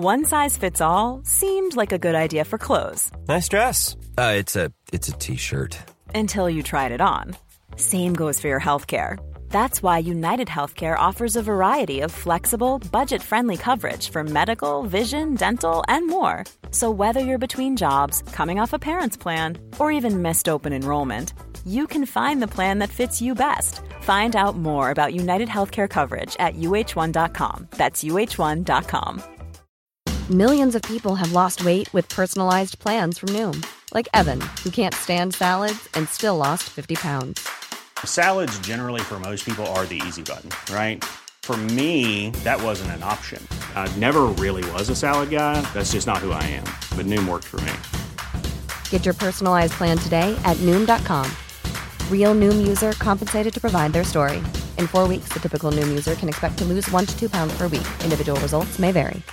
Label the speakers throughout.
Speaker 1: One size fits all seemed like a good idea for clothes.
Speaker 2: Nice dress. It's a t-shirt.
Speaker 1: Until you tried it on. Same goes for your healthcare. That's why United Healthcare offers a variety of flexible, budget-friendly coverage for medical, vision, dental, and more. So whether you're between jobs, coming off a parent's plan, or even missed open enrollment, you can find the plan that fits you best. Find out more about United Healthcare coverage at uh1.com. That's uh1.com.
Speaker 3: Millions of people have lost weight with personalized plans from Noom. Like Evan, who can't stand salads and still lost 50 pounds.
Speaker 4: Salads generally for most people are the easy button, right? For me, that wasn't an option. I never really was a salad guy. That's just not who I am. But Noom worked for me.
Speaker 3: Get your personalized plan today at Noom.com. Real Noom user compensated to provide their story. In 4 weeks, the typical Noom user can expect to lose 1 to 2 pounds per week. Individual results may vary.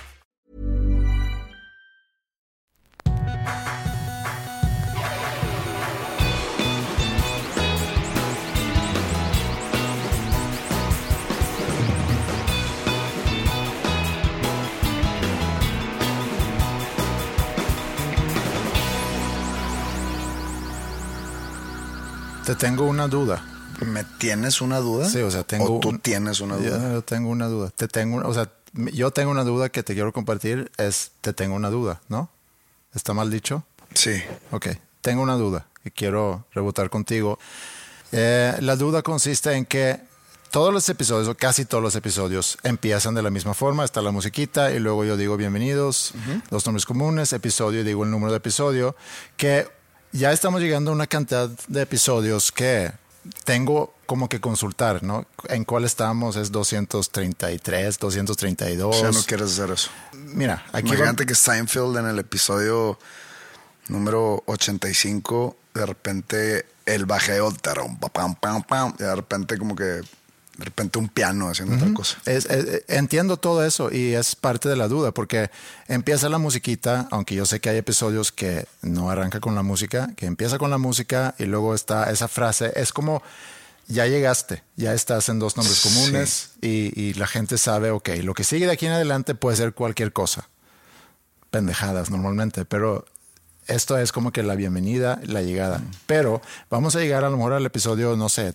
Speaker 5: Te tengo una duda.
Speaker 6: ¿Me tienes una duda?
Speaker 5: Sí, o sea, tengo...
Speaker 6: ¿O tú tienes una duda?
Speaker 5: Yo tengo una duda. Yo tengo una duda que te quiero compartir. Te tengo una duda, ¿no? ¿Está mal dicho?
Speaker 6: Sí.
Speaker 5: Ok. Tengo una duda que quiero rebotar contigo. La duda consiste en que todos los episodios, o casi todos los episodios, empiezan de la misma forma. Está la musiquita y luego yo digo bienvenidos, los nombres comunes, episodio, y digo el número de episodio, que... Ya estamos llegando a una cantidad de episodios que tengo como que consultar, ¿no? ¿En cuál estamos? ¿Es 233, 232?
Speaker 6: Ya no quieres hacer eso.
Speaker 5: Mira, aquí...
Speaker 6: Imagínate que Seinfeld en el episodio número 85, de repente el bajeo, pam, pam, pam, y de repente como que... De repente un piano haciendo otra cosa.
Speaker 5: Entiendo todo eso y es parte de la duda porque empieza la musiquita, aunque yo sé que hay episodios que no arranca con la música, que empieza con la música y luego está esa frase. Es como, ya llegaste, ya estás en dos nombres comunes y la gente sabe, ok, lo que sigue de aquí en adelante puede ser cualquier cosa. Pendejadas normalmente, pero esto es como que la bienvenida, la llegada. Pero vamos a llegar a lo mejor al episodio, no sé,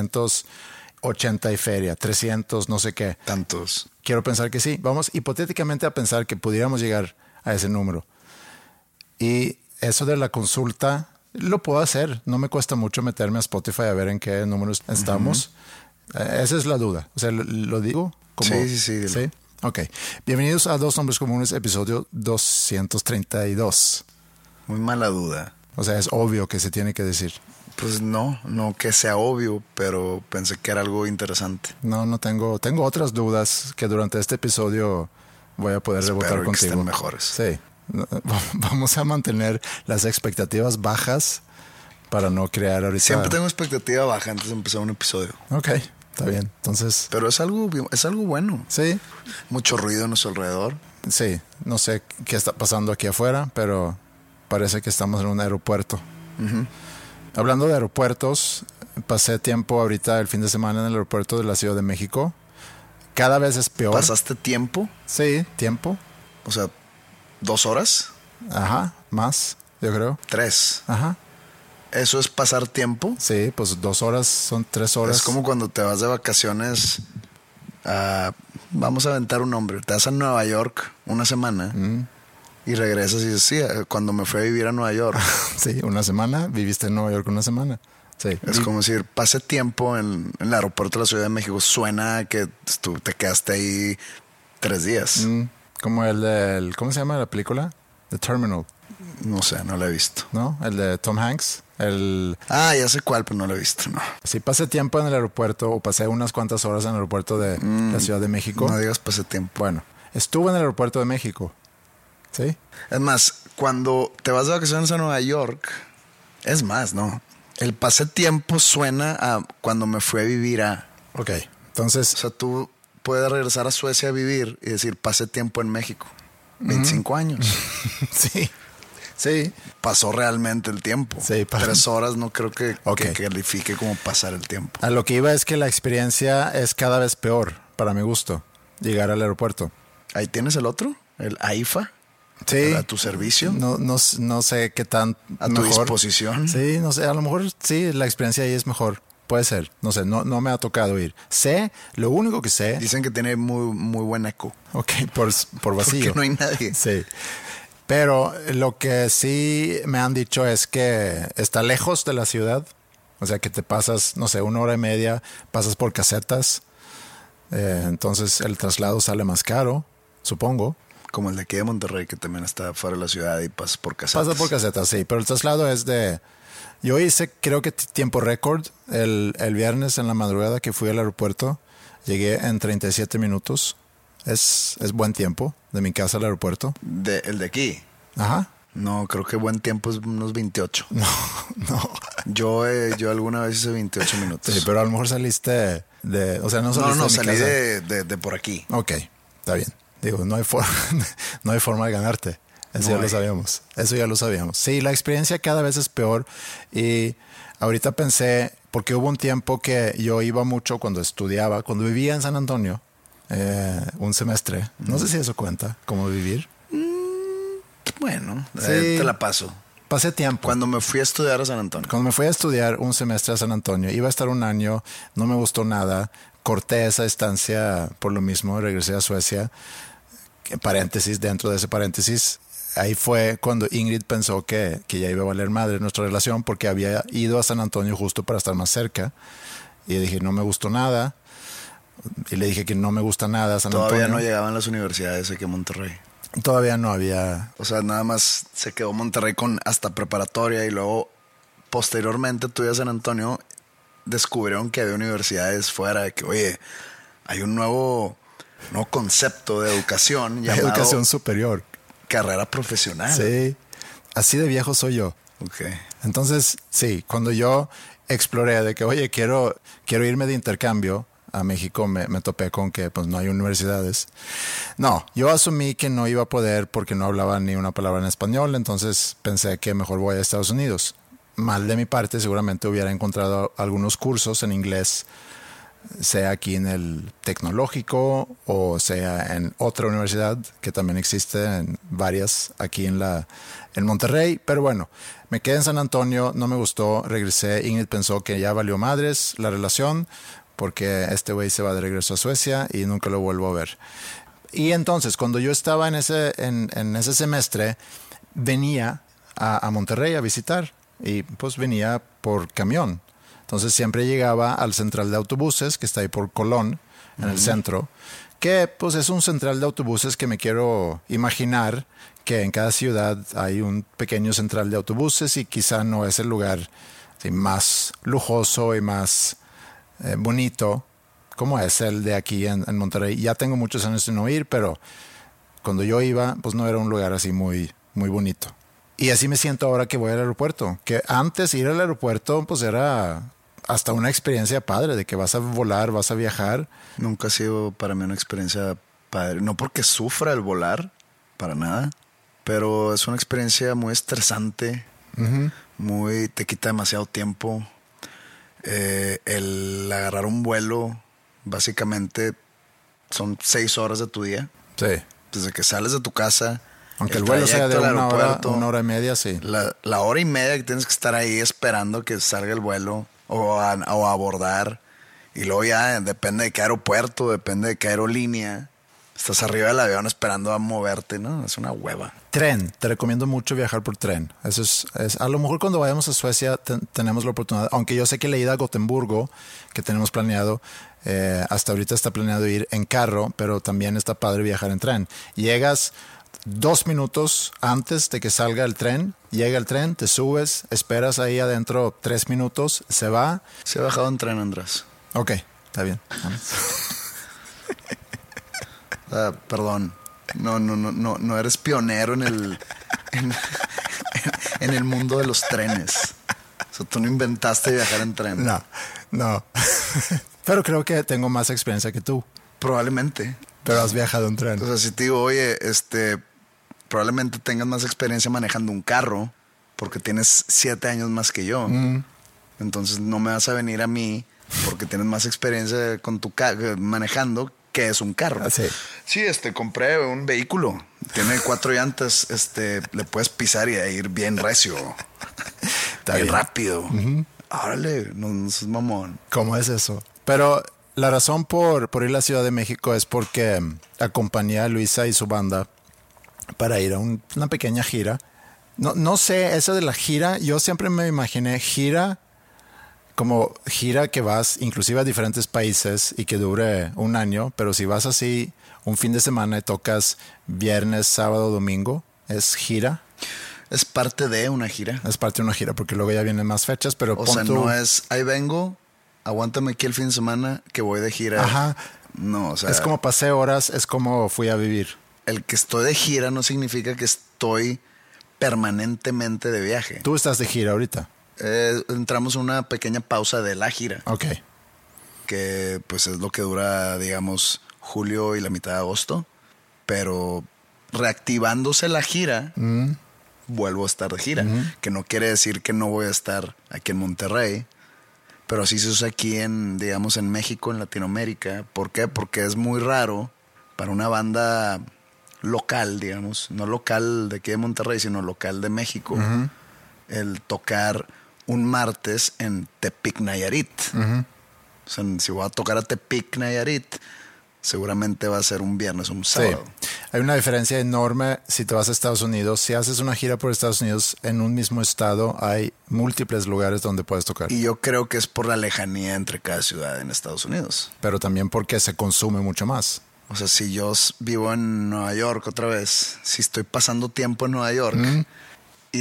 Speaker 5: 280 y feria, 300, no sé qué.
Speaker 6: Tantos.
Speaker 5: Quiero pensar que sí. Vamos hipotéticamente a pensar que pudiéramos llegar a ese número. Y eso de la consulta lo puedo hacer. No me cuesta mucho meterme a Spotify a ver en qué números estamos. Esa es la duda. O sea, lo digo como...
Speaker 6: Sí.
Speaker 5: ¿Sí? Ok. Bienvenidos a Dos Nombres Comunes, episodio 232.
Speaker 6: Muy mala duda.
Speaker 5: O sea, es obvio que se tiene que decir.
Speaker 6: Pues no que sea obvio, pero pensé que era algo interesante.
Speaker 5: No tengo otras dudas que durante este episodio voy a poder rebotar contigo.
Speaker 6: Espero que estén mejores.
Speaker 5: Sí. Vamos a mantener las expectativas bajas para no crear ahorita...
Speaker 6: Siempre tengo expectativa baja antes de empezar un episodio.
Speaker 5: Ok, está bien. Entonces...
Speaker 6: Pero es algo bueno.
Speaker 5: Sí.
Speaker 6: Mucho ruido a nuestro alrededor.
Speaker 5: Sí, no sé qué está pasando aquí afuera, pero parece que estamos en un aeropuerto. Hablando de aeropuertos, pasé tiempo ahorita el fin de semana en el aeropuerto de la Ciudad de México. Cada vez es peor.
Speaker 6: ¿Pasaste tiempo?
Speaker 5: Sí, tiempo.
Speaker 6: O sea, 2 horas.
Speaker 5: Ajá, más, yo creo.
Speaker 6: 3.
Speaker 5: Ajá.
Speaker 6: ¿Eso es pasar tiempo?
Speaker 5: Sí, pues 2 horas son 3 horas.
Speaker 6: Es como cuando te vas de vacaciones vamos a aventar un nombre. Te vas a Nueva York una semana y regresas y dices, sí, cuando me fui a vivir a Nueva York.
Speaker 5: Sí, una semana, viviste en Nueva York una semana. Sí.
Speaker 6: Es como decir, pasé tiempo en el aeropuerto de la Ciudad de México. Suena que tú te quedaste ahí 3 días.
Speaker 5: Como el del, ¿cómo se llama la película? The Terminal.
Speaker 6: No sé, no lo he visto.
Speaker 5: ¿No? El de Tom Hanks.
Speaker 6: Ya sé cuál, pero no lo he visto, no.
Speaker 5: Sí, pasé tiempo en el aeropuerto, o pasé unas cuantas horas en el aeropuerto de la Ciudad de México.
Speaker 6: No digas pasé tiempo.
Speaker 5: Bueno, estuve en el aeropuerto de México. ¿Sí?
Speaker 6: Es más, cuando te vas de vacaciones a Nueva York, es más, ¿no? El pasé tiempo suena a cuando me fui a vivir a...
Speaker 5: Ok, entonces...
Speaker 6: O sea, tú puedes regresar a Suecia a vivir y decir, pasé tiempo en México. 25 años.
Speaker 5: Sí. Sí.
Speaker 6: Pasó realmente el tiempo.
Speaker 5: Sí,
Speaker 6: 3 horas no creo que califique como pasar el tiempo.
Speaker 5: A lo que iba es que la experiencia es cada vez peor, para mi gusto, llegar al aeropuerto.
Speaker 6: ¿Ahí tienes el otro? el AIFA.
Speaker 5: Sí.
Speaker 6: A tu servicio.
Speaker 5: No sé qué tan
Speaker 6: a tu
Speaker 5: mejor.
Speaker 6: disposición.
Speaker 5: Sí, no sé, a lo mejor sí, la experiencia ahí es mejor. Puede ser, no sé, no me ha tocado ir. Lo único que sé.
Speaker 6: Dicen que tiene muy buen eco.
Speaker 5: Ok, por vacío.
Speaker 6: Porque no hay nadie.
Speaker 5: Sí. Pero lo que sí me han dicho es que está lejos de la ciudad. O sea, que te pasas, no sé, 1 hora y media, pasas por casetas. Entonces el traslado sale más caro, supongo.
Speaker 6: Como el de aquí de Monterrey, que también está fuera de la ciudad y pasas por casetas.
Speaker 5: Pasa por casetas, sí. Pero el traslado es de... Yo hice, creo que tiempo récord el viernes en la madrugada que fui al aeropuerto. Llegué en 37 minutos. Es buen tiempo de mi casa al aeropuerto.
Speaker 6: ¿El de aquí?
Speaker 5: Ajá.
Speaker 6: No, creo que buen tiempo es unos 28.
Speaker 5: No.
Speaker 6: Yo alguna vez hice 28 minutos.
Speaker 5: Sí, pero a lo mejor saliste de... O sea, no saliste
Speaker 6: No,
Speaker 5: de mi
Speaker 6: salí
Speaker 5: casa.
Speaker 6: de por aquí.
Speaker 5: Ok, está bien. Digo, no hay forma de ganarte. Eso ya lo sabíamos. Eso ya lo sabíamos. Sí, la experiencia cada vez es peor. Y ahorita pensé, porque hubo un tiempo que yo iba mucho cuando estudiaba, cuando vivía en San Antonio, un semestre. No sé si eso cuenta, como vivir.
Speaker 6: Bueno,
Speaker 5: Sí.
Speaker 6: te la paso.
Speaker 5: Pasé tiempo.
Speaker 6: Cuando me fui a estudiar a San Antonio.
Speaker 5: Cuando me fui a estudiar un semestre a San Antonio, iba a estar 1 año, no me gustó nada, corté esa estancia por lo mismo, regresé a Suecia. Paréntesis, dentro de ese paréntesis, ahí fue cuando Ingrid pensó que ya iba a valer madre nuestra relación porque había ido a San Antonio justo para estar más cerca. Y dije, no me gustó nada. Y le dije que no me gusta nada San Antonio.
Speaker 6: Todavía no llegaban las universidades aquí en Monterrey.
Speaker 5: Todavía no había...
Speaker 6: O sea, nada más se quedó Monterrey con hasta preparatoria y luego posteriormente tú y a San Antonio descubrieron que había universidades fuera, de que oye, hay un nuevo concepto de educación llamado
Speaker 5: educación superior.
Speaker 6: Carrera profesional.
Speaker 5: Sí, así de viejo soy yo.
Speaker 6: Okay.
Speaker 5: Entonces, sí, cuando yo exploré de que, oye, quiero irme de intercambio a México, me topé con que pues no hay universidades. No, yo asumí que no iba a poder porque no hablaba ni una palabra en español, entonces pensé que mejor voy a Estados Unidos. Mal de mi parte, seguramente hubiera encontrado algunos cursos en inglés, sea aquí en el tecnológico o sea en otra universidad que también existe, en varias aquí en Monterrey. Pero bueno, me quedé en San Antonio, no me gustó, regresé. Ingrid pensó que ya valió madres la relación porque este güey se va de regreso a Suecia y nunca lo vuelvo a ver. Y entonces, cuando yo estaba en ese semestre, venía a Monterrey a visitar y pues venía por camión. Entonces siempre llegaba al central de autobuses que está ahí por Colón, en el centro, que pues es un central de autobuses que me quiero imaginar que en cada ciudad hay un pequeño central de autobuses y quizá no es el lugar sí, más lujoso y más bonito como es el de aquí en Monterrey. Ya tengo muchos años sin no ir, pero cuando yo iba pues no era un lugar así muy, muy bonito. Y así me siento ahora que voy al aeropuerto, que antes ir al aeropuerto pues era hasta una experiencia padre, de que vas a volar, vas a viajar.
Speaker 6: Nunca ha sido para mí una experiencia padre, no porque sufra el volar, para nada, pero es una experiencia muy estresante, te quita demasiado tiempo. El agarrar un vuelo, básicamente son 6 horas de tu día.
Speaker 5: Sí.
Speaker 6: Desde que sales de tu casa.
Speaker 5: Aunque el vuelo sea de 1 hora y media, sí.
Speaker 6: La hora y media que tienes que estar ahí esperando que salga el vuelo o a abordar. Y luego ya depende de qué aeropuerto, depende de qué aerolínea. Estás arriba del avión esperando a moverte, ¿no? Es una hueva.
Speaker 5: Tren. Te recomiendo mucho viajar por tren. Eso es a lo mejor cuando vayamos a Suecia tenemos la oportunidad. Aunque yo sé que la ida a Gotemburgo, que tenemos planeado, hasta ahorita está planeado ir en carro, pero también está padre viajar en tren. Llegas 2 minutos antes de que salga el tren, llega el tren, te subes, esperas ahí adentro 3 minutos, se va.
Speaker 6: Se ha bajado en tren, Andrés.
Speaker 5: Ok, está bien.
Speaker 6: Perdón. No eres pionero en el mundo de los trenes. O sea, tú no inventaste viajar en tren.
Speaker 5: No. Pero creo que tengo más experiencia que tú.
Speaker 6: Probablemente.
Speaker 5: Pero has viajado en tren.
Speaker 6: O sea, si te digo, oye, probablemente tengas más experiencia manejando un carro porque tienes 7 años más que yo. Entonces no me vas a venir a mí porque tienes más experiencia con tu manejando que es un carro.
Speaker 5: Sí.
Speaker 6: Sí, compré un vehículo. Tiene 4 llantas, le puedes pisar y ir bien recio.
Speaker 5: Está
Speaker 6: bien
Speaker 5: bien.
Speaker 6: rápido. Órale, no seas mamón.
Speaker 5: ¿Cómo es eso? Pero la razón por ir a la Ciudad de México es porque acompañé a Luisa y su banda para ir a una pequeña gira. No sé, eso de la gira, yo siempre me imaginé gira como gira que vas inclusive a diferentes países y que dure un año, pero si vas así un fin de semana y tocas viernes, sábado, domingo, ¿es gira?
Speaker 6: Es parte de una gira.
Speaker 5: Es parte de una gira porque luego ya vienen más fechas, pero
Speaker 6: O sea, no es, ahí vengo, aguántame aquí el fin de semana que voy de gira.
Speaker 5: Ajá.
Speaker 6: No, o sea,
Speaker 5: Es como pasé horas, es como fui a vivir.
Speaker 6: el que estoy de gira no significa que estoy permanentemente de viaje.
Speaker 5: Tú estás de gira ahorita.
Speaker 6: Entramos en una pequeña pausa de la gira,
Speaker 5: Ok.
Speaker 6: que pues es lo que dura, digamos, julio y la mitad de agosto. Pero reactivándose la gira, vuelvo a estar de gira. Que no quiere decir que no voy a estar aquí en Monterrey, pero así se usa aquí digamos, en México, en Latinoamérica. ¿Por qué? Porque es muy raro para una banda local, digamos, no local de aquí de Monterrey, sino local de México, el tocar un martes en Tepic, Nayarit. O sea, si voy a tocar a Tepic, Nayarit, seguramente va a ser un viernes o un sábado.
Speaker 5: Sí. Hay una diferencia enorme si te vas a Estados Unidos. Si haces una gira por Estados Unidos en un mismo estado, hay múltiples lugares donde puedes tocar.
Speaker 6: Y yo creo que es por la lejanía entre cada ciudad en Estados Unidos.
Speaker 5: Pero también porque se consume mucho más.
Speaker 6: O sea, si yo vivo en Nueva York otra vez, si estoy pasando tiempo en Nueva York y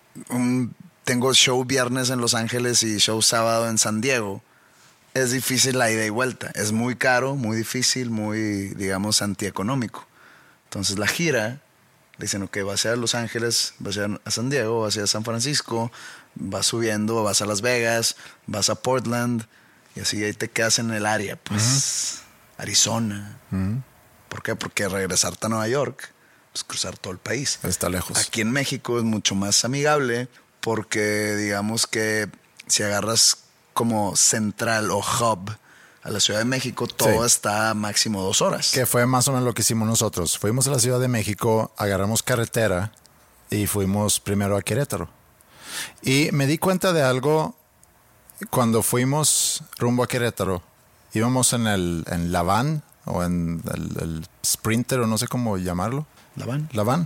Speaker 6: tengo show viernes en Los Ángeles y show sábado en San Diego, es difícil la ida y vuelta. Es muy caro, muy difícil, muy, digamos, antieconómico. Entonces la gira, dicen, ok, vas a Los Ángeles, vas a San Diego, vas a San Francisco, vas subiendo, vas a Las Vegas, vas a Portland, y así ahí te quedas en el área, pues, Arizona. ¿Por qué? Porque regresarte a Nueva York, pues cruzar todo el país.
Speaker 5: Está lejos.
Speaker 6: Aquí en México es mucho más amigable porque digamos que si agarras como central o hub a la Ciudad de México, todo está máximo 2 horas.
Speaker 5: Que fue más o menos lo que hicimos nosotros. Fuimos a la Ciudad de México, agarramos carretera y fuimos primero a Querétaro. Y me di cuenta de algo cuando fuimos rumbo a Querétaro. Íbamos en la van o en el Sprinter o no sé cómo llamarlo. La van.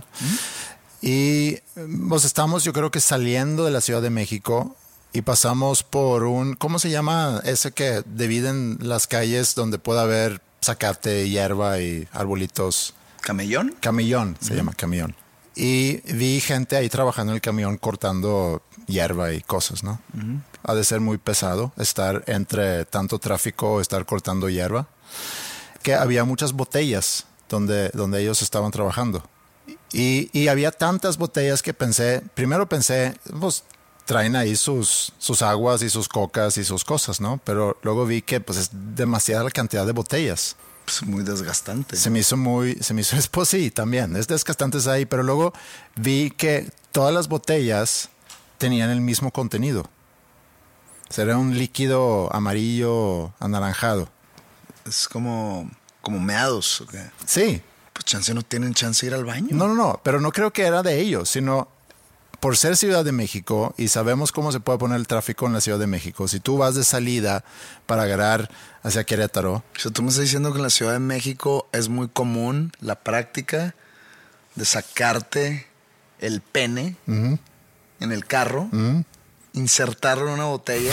Speaker 5: Y pues estamos, yo creo que saliendo de la Ciudad de México y pasamos por ¿cómo se llama? Ese que dividen las calles donde puede haber zacate, hierba y arbolitos.
Speaker 6: ¿Camellón?
Speaker 5: Camellón, se llama camellón. Y vi gente ahí trabajando en el camión cortando hierba y cosas, ¿no? Ha de ser muy pesado estar entre tanto tráfico, estar cortando hierba. Que había muchas botellas donde ellos estaban trabajando. Y había tantas botellas que primero pensé, pues traen ahí sus aguas y sus cocas y sus cosas, ¿no? Pero luego vi que pues es demasiada la cantidad de botellas.
Speaker 6: Pues muy desgastante.
Speaker 5: Se me hizo pues sí, también, es desgastante ahí, pero luego vi que todas las botellas tenían el mismo contenido. Era un líquido amarillo anaranjado.
Speaker 6: Es como meados. ¿Okay?
Speaker 5: Sí.
Speaker 6: Pues chance no tienen chance de ir al baño.
Speaker 5: No, pero no creo que era de ellos, sino por ser Ciudad de México y sabemos cómo se puede poner el tráfico en la Ciudad de México. Si tú vas de salida para agarrar hacia Querétaro.
Speaker 6: O sea, tú me estás diciendo que en la Ciudad de México es muy común la práctica de sacarte el pene en el carro, insertarlo en una botella,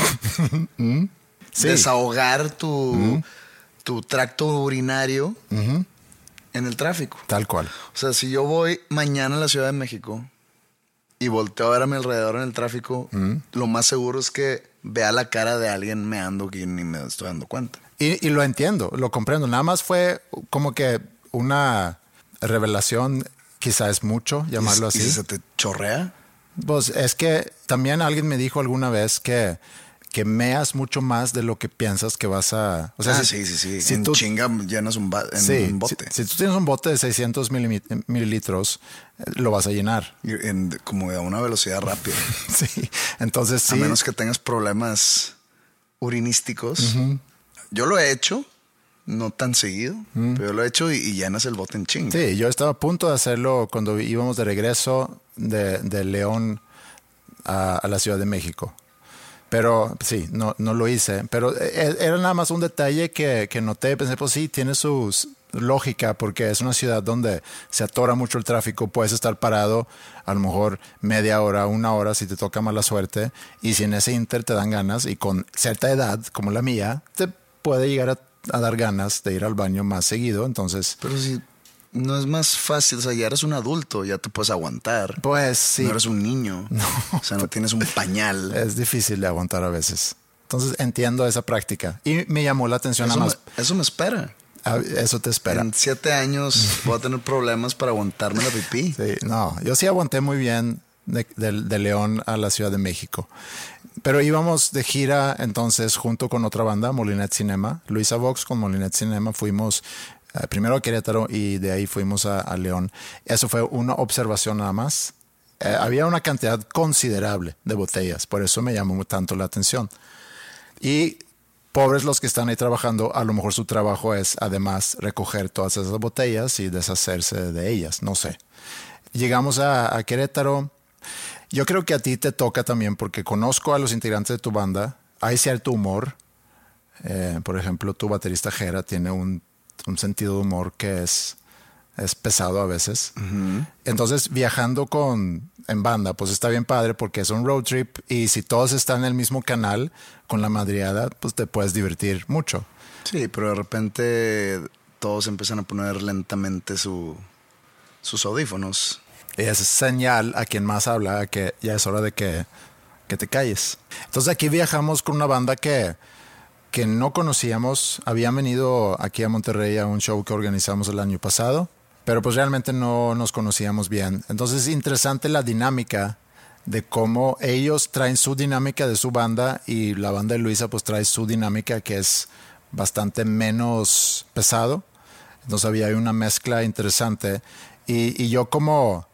Speaker 5: Sí.
Speaker 6: desahogar tu tracto urinario en el tráfico.
Speaker 5: Tal cual.
Speaker 6: O sea, si yo voy mañana a la Ciudad de México y volteo a ver a mi alrededor en el tráfico, lo más seguro es que vea la cara de alguien meando que ni me estoy dando cuenta.
Speaker 5: Y lo entiendo, lo comprendo. Nada más fue como que una revelación, quizá es mucho llamarlo así.
Speaker 6: ¿Y si se te chorrea?
Speaker 5: Pues es que también alguien me dijo alguna vez que meas mucho más de lo que piensas que vas a... O sea,
Speaker 6: sí.
Speaker 5: Si
Speaker 6: en
Speaker 5: tú,
Speaker 6: chinga llenas un bote.
Speaker 5: Si tú tienes un bote de 600 mililitros, lo vas a llenar.
Speaker 6: Como a una velocidad rápida.
Speaker 5: Sí, entonces sí.
Speaker 6: A menos que tengas problemas urinísticos. Yo lo he hecho no tan seguido, pero yo lo he hecho y llenas el bote en chinga.
Speaker 5: Sí, yo estaba a punto de hacerlo cuando íbamos de regreso de León a la Ciudad de México. Pero sí, no lo hice. Pero era nada más un detalle que noté. Pensé, pues sí, tiene su lógica, porque es una ciudad donde se atora mucho el tráfico. Puedes estar parado a lo mejor media hora, una hora, si te toca mala suerte. Y si en ese inter te dan ganas, y con cierta edad, como la mía, te puede llegar a dar ganas de ir al baño más seguido. Entonces,
Speaker 6: pero si no es más fácil, o sea, ya eres un adulto, ya te puedes aguantar.
Speaker 5: Pues sí.
Speaker 6: No eres un niño. No. O sea, no tienes un pañal.
Speaker 5: Es difícil de aguantar a veces. Entonces entiendo esa práctica. Y me llamó la atención nada más.
Speaker 6: Eso me espera.
Speaker 5: Eso te espera.
Speaker 6: En 7 años voy a tener problemas para aguantarme la pipí.
Speaker 5: Sí, no, yo sí aguanté muy bien de León a la Ciudad de México. Pero íbamos de gira entonces junto con otra banda, Molinet Cinema. Luisa Vox con Molinet Cinema fuimos primero a Querétaro y de ahí fuimos a León. Eso fue una observación nada más. Había una cantidad considerable de botellas, por eso me llamó tanto la atención. Y pobres los que están ahí trabajando, a lo mejor su trabajo es además recoger todas esas botellas y deshacerse de ellas, no sé. Llegamos a Querétaro. Yo creo que a ti te toca también, porque conozco a los integrantes de tu banda. Hay cierto humor. Por ejemplo, tu baterista Jera tiene un sentido de humor que es pesado a veces. Uh-huh. Entonces, viajando en banda, pues está bien padre porque es un road trip, y si todos están en el mismo canal con la madreada, pues te puedes divertir mucho.
Speaker 6: Sí, pero de repente todos empiezan a poner lentamente sus audífonos.
Speaker 5: Y es señal a quien más habla que ya es hora de que te calles. Entonces aquí viajamos con una banda que no conocíamos. Habían venido aquí a Monterrey a un show que organizamos el año pasado, pero pues realmente no nos conocíamos bien. Entonces es interesante la dinámica de cómo ellos traen su dinámica de su banda y la banda de Luisa pues trae su dinámica, que es bastante menos pesado. Entonces había una mezcla interesante, y yo como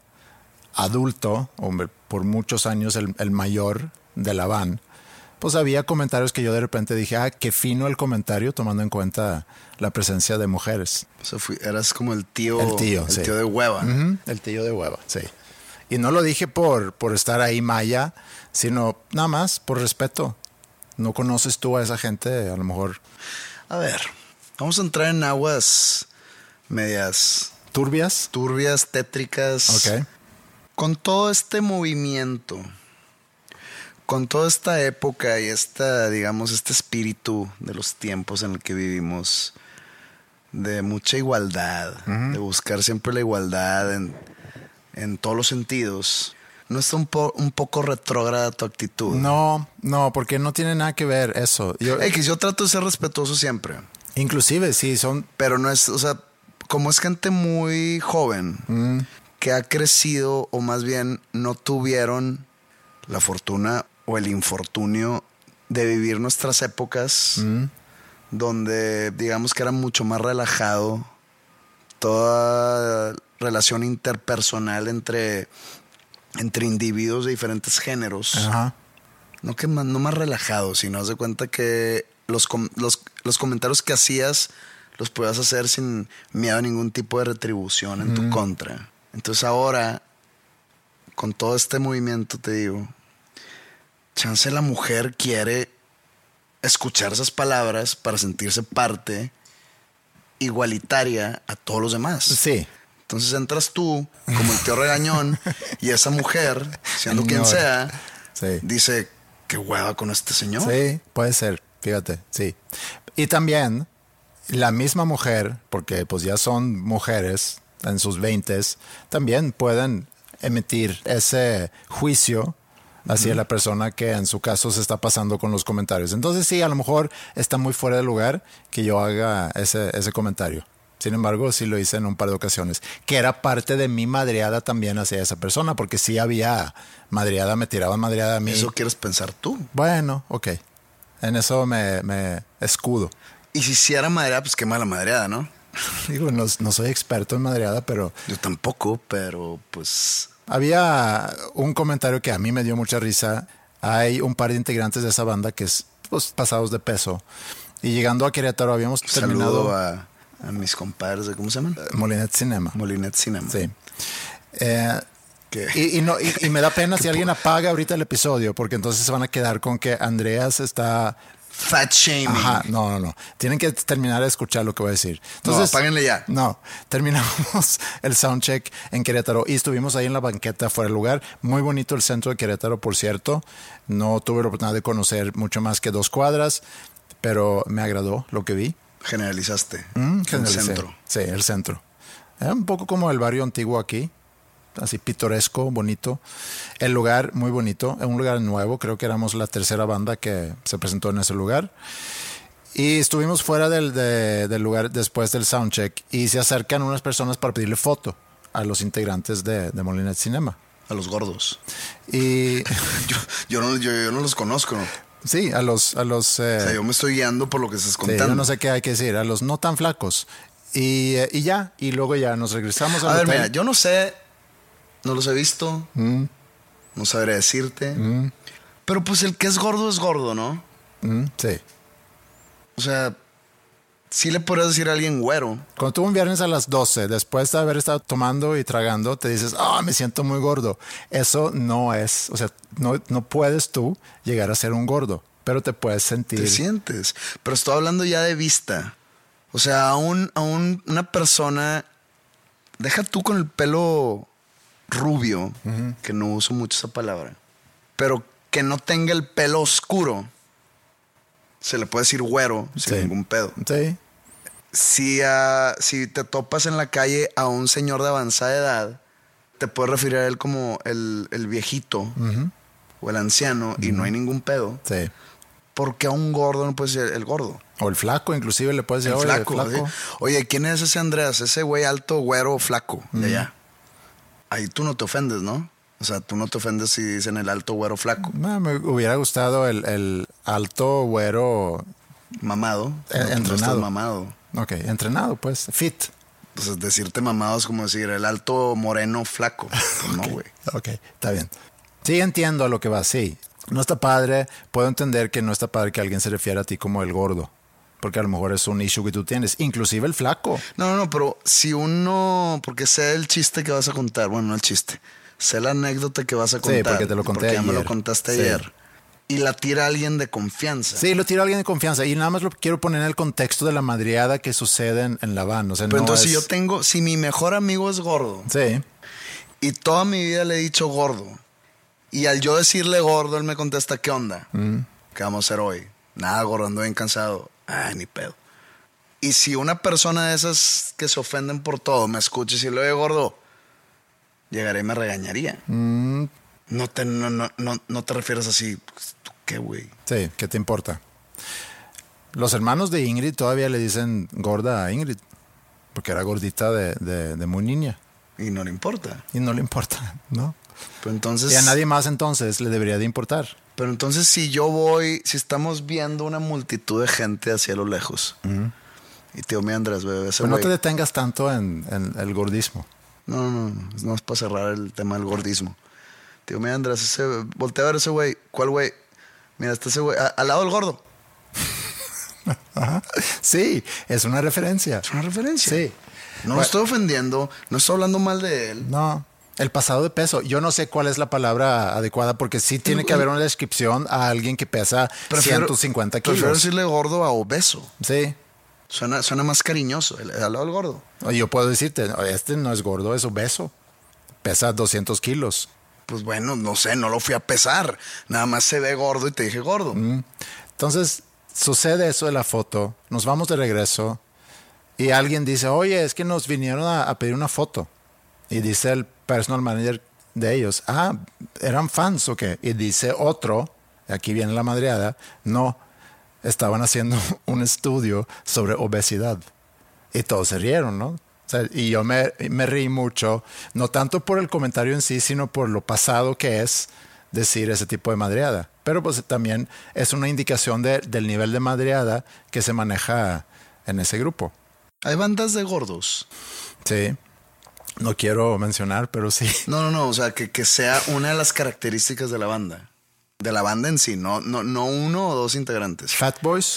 Speaker 5: adulto, hombre, por muchos años el mayor de la banda, pues había comentarios que yo de repente dije, qué fino el comentario, tomando en cuenta la presencia de mujeres.
Speaker 6: O sea, eras como el tío
Speaker 5: sí.
Speaker 6: Tío de hueva.
Speaker 5: Uh-huh, el tío de hueva, sí. Y no lo dije por estar ahí maya, sino nada más por respeto. No conoces tú a esa gente, a lo mejor.
Speaker 6: A ver, vamos a entrar en aguas medias
Speaker 5: turbias,
Speaker 6: tétricas.
Speaker 5: Ok.
Speaker 6: Con todo este movimiento, con toda esta época y digamos, este espíritu de los tiempos en el que vivimos, de mucha igualdad, uh-huh, de buscar siempre la igualdad en todos los sentidos, ¿no está un poco retrógrada tu actitud?
Speaker 5: No, porque no tiene nada que ver eso.
Speaker 6: Yo trato de ser respetuoso siempre.
Speaker 5: Inclusive, sí, son...
Speaker 6: Pero no es, o sea, como es gente muy joven, que ha crecido, o más bien no tuvieron la fortuna o el infortunio de vivir nuestras épocas, donde digamos que era mucho más relajado toda relación interpersonal entre individuos de diferentes géneros.
Speaker 5: Ajá.
Speaker 6: No más relajado, sino haz de cuenta que los comentarios que hacías los podías hacer sin miedo a ningún tipo de retribución en tu contra. Entonces ahora, con todo este movimiento, te digo, chance la mujer quiere escuchar esas palabras para sentirse parte igualitaria a todos los demás.
Speaker 5: Sí.
Speaker 6: Entonces entras tú, como el tío regañón, y esa mujer, siendo quien sea,
Speaker 5: sí,
Speaker 6: dice, qué hueva con este señor.
Speaker 5: Sí, puede ser, fíjate, sí. Y también la misma mujer, porque pues ya son mujeres en sus 20s, también pueden emitir ese juicio hacia la persona que en su caso se está pasando con los comentarios. Entonces sí, a lo mejor está muy fuera de lugar que yo haga ese comentario. Sin embargo, sí lo hice en un par de ocasiones, que era parte de mi madreada también hacia esa persona, porque sí había madreada, me tiraban madreada a mí.
Speaker 6: ¿Eso quieres pensar tú?
Speaker 5: Bueno, ok. En eso me escudo.
Speaker 6: Y si hiciera madreada, pues qué mala madreada, ¿no?
Speaker 5: Digo, no soy experto en madreada, pero...
Speaker 6: Yo tampoco, pero pues...
Speaker 5: Había un comentario que a mí me dio mucha risa. Hay un par de integrantes de esa banda que es pues pasados de peso. Y llegando a Querétaro habíamos terminado...
Speaker 6: Saludo a mis compadres de, ¿cómo se llaman?
Speaker 5: Molinet Cinema.
Speaker 6: Molinet Cinema.
Speaker 5: Sí.
Speaker 6: ¿Qué?
Speaker 5: Y me da pena si alguien apaga ahorita el episodio, porque entonces se van a quedar con que Andreas está...
Speaker 6: Fat shaming.
Speaker 5: Ajá, no. Tienen que terminar de escuchar lo que voy a decir. Entonces,
Speaker 6: no, apáguenle ya.
Speaker 5: No, terminamos el soundcheck en Querétaro y estuvimos ahí en la banqueta fuera del lugar. Muy bonito el centro de Querétaro, por cierto. No tuve la oportunidad de conocer mucho más que 2 cuadras, pero me agradó lo que vi.
Speaker 6: Generalizaste.
Speaker 5: El
Speaker 6: centro.
Speaker 5: Sí, el centro. Era un poco como el barrio antiguo aquí. Así pintoresco, bonito. El lugar muy bonito, es un lugar nuevo, creo que éramos la 3ª banda que se presentó en ese lugar. Y estuvimos fuera del lugar después del soundcheck y se acercan unas personas para pedirle foto a los integrantes de Molinet Cinema.
Speaker 6: A los gordos.
Speaker 5: Y
Speaker 6: yo no los conozco.
Speaker 5: sí, a los
Speaker 6: o sea, yo me estoy guiando por lo que estás contando.
Speaker 5: Sí, yo no sé qué hay que decir, a los no tan flacos. Y luego ya nos regresamos al
Speaker 6: hotel.
Speaker 5: Mira,
Speaker 6: yo no sé... No los he visto. No sabré decirte. Pero pues el que es gordo, ¿no?
Speaker 5: Sí.
Speaker 6: O sea, sí le podrías decir a alguien güero.
Speaker 5: Cuando tú un viernes a las 12, después de haber estado tomando y tragando, te dices, me siento muy gordo. Eso no es, o sea, no puedes tú llegar a ser un gordo, pero te puedes sentir.
Speaker 6: Te sientes. Pero estoy hablando ya de vista. O sea, una persona, deja tú con el pelo rubio, que no uso mucho esa palabra, pero que no tenga el pelo oscuro, se le puede decir güero sin ningún pedo.
Speaker 5: Sí.
Speaker 6: Si te topas en la calle a un señor de avanzada edad, te puedes referir a él como el viejito o el anciano y no hay ningún pedo.
Speaker 5: Sí.
Speaker 6: Porque a un gordo no puedes decir el gordo.
Speaker 5: O el flaco, inclusive le puedes decir,
Speaker 6: el flaco. Oye, ¿quién es ese Andreas? Ese güey alto, güero, flaco, de allá. Ahí tú no te ofendes, ¿no? O sea, tú no te ofendes si dicen el alto, güero, flaco.
Speaker 5: No, me hubiera gustado el alto, güero...
Speaker 6: Mamado.
Speaker 5: Entrenado.
Speaker 6: No mamado.
Speaker 5: Ok, entrenado, pues, fit.
Speaker 6: Entonces, decirte mamado es como decir el alto, moreno, flaco. Pues no, güey.
Speaker 5: Ok, está bien. Sí, entiendo a lo que va, sí. No está padre, puedo entender que no está padre que alguien se refiera a ti como el gordo. Porque a lo mejor es un issue que tú tienes. Inclusive el flaco.
Speaker 6: No, pero si uno... Porque sé el chiste que vas a contar. Bueno, no el chiste. Sé la anécdota que vas a contar.
Speaker 5: Sí, porque te lo conté
Speaker 6: porque
Speaker 5: ayer.
Speaker 6: Ya me lo contaste ayer. Y la tira alguien de confianza.
Speaker 5: Sí, lo tira alguien de confianza. Y nada más lo quiero poner en el contexto de la madreada que sucede en la van. O sea,
Speaker 6: pero
Speaker 5: no
Speaker 6: entonces
Speaker 5: es...
Speaker 6: si mi mejor amigo es gordo.
Speaker 5: Sí.
Speaker 6: Y toda mi vida le he dicho gordo. Y al yo decirle gordo, él me contesta, ¿qué onda? ¿Qué vamos a hacer hoy? Nada, gordo, ando bien cansado. Ay, ni pedo. Y si una persona de esas que se ofenden por todo me escucha y si le oye gordo, llegaré y me regañaría. No te refieres así. ¿Tú qué, güey?
Speaker 5: Sí, ¿qué te importa? Los hermanos de Ingrid todavía le dicen gorda a Ingrid. Porque era gordita de muy niña.
Speaker 6: Y no le importa.
Speaker 5: Y no le importa, ¿no?
Speaker 6: Pero entonces...
Speaker 5: Y a nadie más entonces le debería de importar.
Speaker 6: Pero entonces si estamos viendo una multitud de gente hacia lo lejos... Y te digo, mi Andrés, bebé, ese
Speaker 5: Pero
Speaker 6: güey...
Speaker 5: no te detengas tanto en el gordismo.
Speaker 6: No es para cerrar el tema del gordismo. Te digo, mi Andrés, voltea a ver ese güey. ¿Cuál güey? Mira, está ese güey, al lado del gordo.
Speaker 5: Ajá. Sí, es una referencia.
Speaker 6: Es una referencia.
Speaker 5: Sí.
Speaker 6: No lo estoy ofendiendo, no estoy hablando mal de él.
Speaker 5: No, el pasado de peso. Yo no sé cuál es la palabra adecuada porque sí tiene que haber una descripción a alguien que pesa 150 kilos.
Speaker 6: Prefiero decirle gordo a obeso.
Speaker 5: Sí.
Speaker 6: Suena más cariñoso, al lado del gordo.
Speaker 5: Yo puedo decirte, este no es gordo, es obeso. Pesa 200 kilos.
Speaker 6: Pues bueno, no sé, no lo fui a pesar. Nada más se ve gordo y te dije gordo.
Speaker 5: Entonces, sucede eso de la foto. Nos vamos de regreso y alguien dice, oye, es que nos vinieron a pedir una foto. Y dice el personal manager de ellos, ¿eran fans o qué? Y dice otro, aquí viene la madreada, no, estaban haciendo un estudio sobre obesidad. Y todos se rieron, ¿no? O sea, y yo me reí mucho, no tanto por el comentario en sí, sino por lo pasado que es decir ese tipo de madreada. Pero pues también es una indicación del nivel de madreada que se maneja en ese grupo.
Speaker 6: Hay bandas de gordos.
Speaker 5: Sí. No quiero mencionar, pero sí.
Speaker 6: No. O sea, que sea una de las características de la banda. De la banda en sí, no uno o dos integrantes.
Speaker 5: Fat Boys.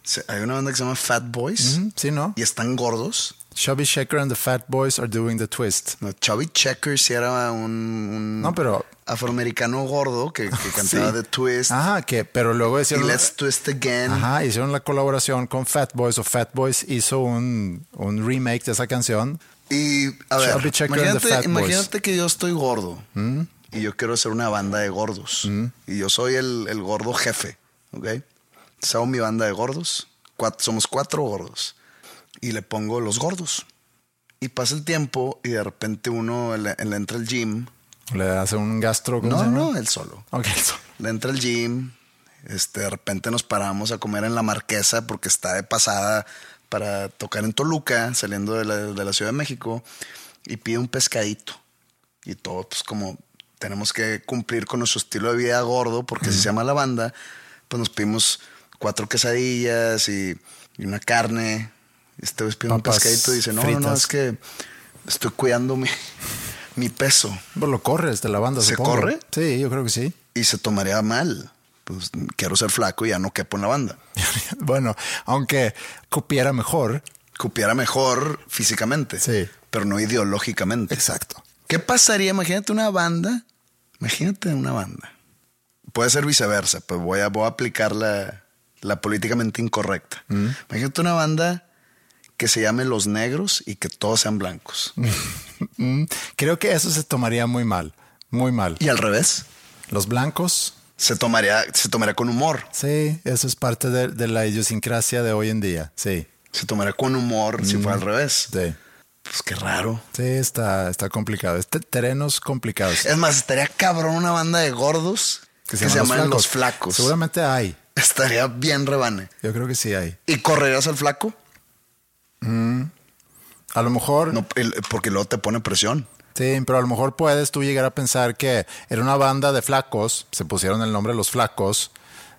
Speaker 6: Hay una banda que se llama Fat Boys.
Speaker 5: Sí, ¿no?
Speaker 6: Y están gordos.
Speaker 5: Chubby Checker and the Fat Boys are doing the twist.
Speaker 6: No, Chubby Checker sí era un
Speaker 5: No, pero...
Speaker 6: afroamericano gordo que cantaba
Speaker 5: Sí.
Speaker 6: The Twist.
Speaker 5: Ajá, pero luego
Speaker 6: Y
Speaker 5: hicieron...
Speaker 6: Let's Twist Again.
Speaker 5: Ajá, hicieron la colaboración con Fat Boys, o Fat Boys hizo un remake de esa canción.
Speaker 6: Y a ver,
Speaker 5: Chubby Checker and the Fat Boys.
Speaker 6: imagínate que yo estoy gordo y yo quiero hacer una banda de gordos. Y yo soy el gordo jefe, ¿ok? Entonces hago mi banda de gordos. Somos 4 gordos. Y le pongo los gordos. Y pasa el tiempo y de repente uno le entra al gym.
Speaker 5: Le hace un gastro, ¿cómo se llama?
Speaker 6: No, él solo.
Speaker 5: Ok,
Speaker 6: Le entra al gym. De repente nos paramos a comer en la Marquesa porque está de pasada para tocar en Toluca, saliendo de la Ciudad de México. Y pide un pescadito. Y todo, pues como tenemos que cumplir con nuestro estilo de vida gordo, porque así se llama la banda, pues nos pedimos 4 quesadillas y una carne. Este vez pide un
Speaker 5: Papas
Speaker 6: pescadito y dice, no,
Speaker 5: fritas.
Speaker 6: es que estoy cuidando mi peso.
Speaker 5: Pues lo corres de la banda,
Speaker 6: ¿Se
Speaker 5: supongo.
Speaker 6: corre?
Speaker 5: Sí, yo creo que sí.
Speaker 6: Y se tomaría mal. Pues quiero ser flaco y ya no quepo en la banda.
Speaker 5: Bueno, aunque cupiera mejor.
Speaker 6: Cupiera mejor físicamente,
Speaker 5: Sí.
Speaker 6: pero no ideológicamente.
Speaker 5: Exacto.
Speaker 6: ¿Qué pasaría? Imagínate una banda. Puede ser viceversa, pues voy a aplicar la políticamente incorrecta. Imagínate una banda que se llame Los Negros y que todos sean blancos.
Speaker 5: Creo que eso se tomaría muy mal. Muy mal.
Speaker 6: Y al revés,
Speaker 5: Los blancos,
Speaker 6: se tomaría con humor.
Speaker 5: sí, eso es parte de la idiosincrasia de hoy en día. Sí.
Speaker 6: Se tomaría con humor si fuera al revés.
Speaker 5: Sí.
Speaker 6: Pues qué raro.
Speaker 5: Sí, está complicado. Terrenos complicados.
Speaker 6: Es más, estaría cabrón una banda de gordos que se llaman Los Flacos.
Speaker 5: Seguramente hay.
Speaker 6: Estaría bien rebane.
Speaker 5: Yo creo que sí hay.
Speaker 6: ¿Y correrías al flaco?
Speaker 5: A lo mejor...
Speaker 6: No, porque luego te pone presión.
Speaker 5: Sí, pero a lo mejor puedes tú llegar a pensar que era una banda de flacos, se pusieron el nombre Los Flacos,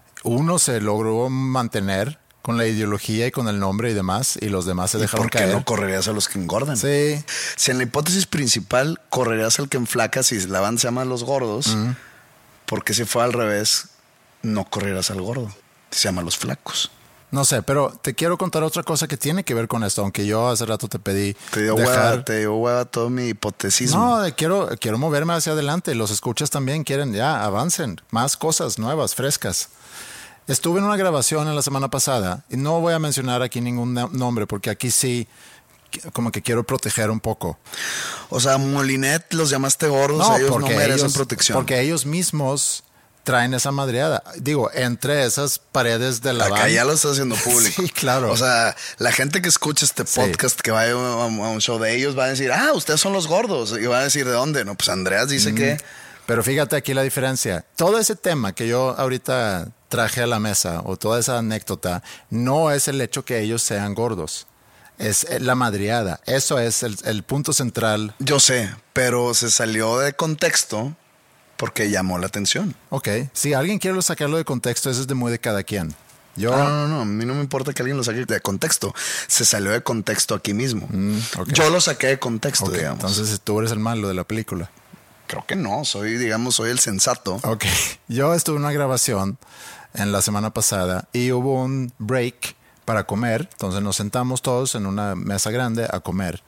Speaker 5: uno se logró mantener con la ideología y con el nombre y demás, y los demás se
Speaker 6: ¿Y
Speaker 5: dejaron
Speaker 6: por qué
Speaker 5: caer.
Speaker 6: no correrías a los que engordan?
Speaker 5: Sí,
Speaker 6: Si en la hipótesis principal correrías al que enflaca, si la banda se llama Los Gordos, porque si fue al revés, no correrías al gordo. Se llama Los Flacos.
Speaker 5: no sé, pero te quiero contar otra cosa que tiene que ver con esto, aunque yo hace rato te pedí
Speaker 6: Te dio hueva todo mi hipotesismo.
Speaker 5: No, quiero moverme hacia adelante. Los escuchas también quieren, ya, avancen. Más cosas nuevas, frescas. Estuve en una grabación en la semana pasada y no voy a mencionar aquí ningún nombre porque aquí sí, como que quiero proteger un poco.
Speaker 6: O sea, Molinet los llamaste gordos, ellos no merecen protección.
Speaker 5: Porque ellos mismos traen esa madreada. Digo, entre esas paredes de la
Speaker 6: Acá
Speaker 5: van.
Speaker 6: ya lo estás haciendo público.
Speaker 5: Sí, claro.
Speaker 6: O sea, la gente que escucha este podcast, que vaya a un show de ellos, va a decir, ustedes son los gordos. Y va a decir, ¿de dónde? No, pues Andreas dice que...
Speaker 5: Pero fíjate aquí la diferencia. Todo ese tema que yo ahorita traje a la mesa, o toda esa anécdota, no es el hecho que ellos sean gordos. Es la madreada. Eso es el punto central.
Speaker 6: Yo sé, pero se salió de contexto porque llamó la atención.
Speaker 5: Ok. Si alguien quiere sacarlo de contexto, eso es de muy de cada quien. Yo...
Speaker 6: No. A mí no me importa que alguien lo saque de contexto. Se salió de contexto aquí mismo.
Speaker 5: ok.
Speaker 6: Yo lo saqué de contexto,
Speaker 5: Ok,
Speaker 6: digamos.
Speaker 5: entonces tú eres el malo de la película.
Speaker 6: Creo que no. Soy el sensato.
Speaker 5: Ok. Yo estuve en una grabación en la semana pasada y hubo un break para comer. Entonces nos sentamos todos en una mesa grande a comer.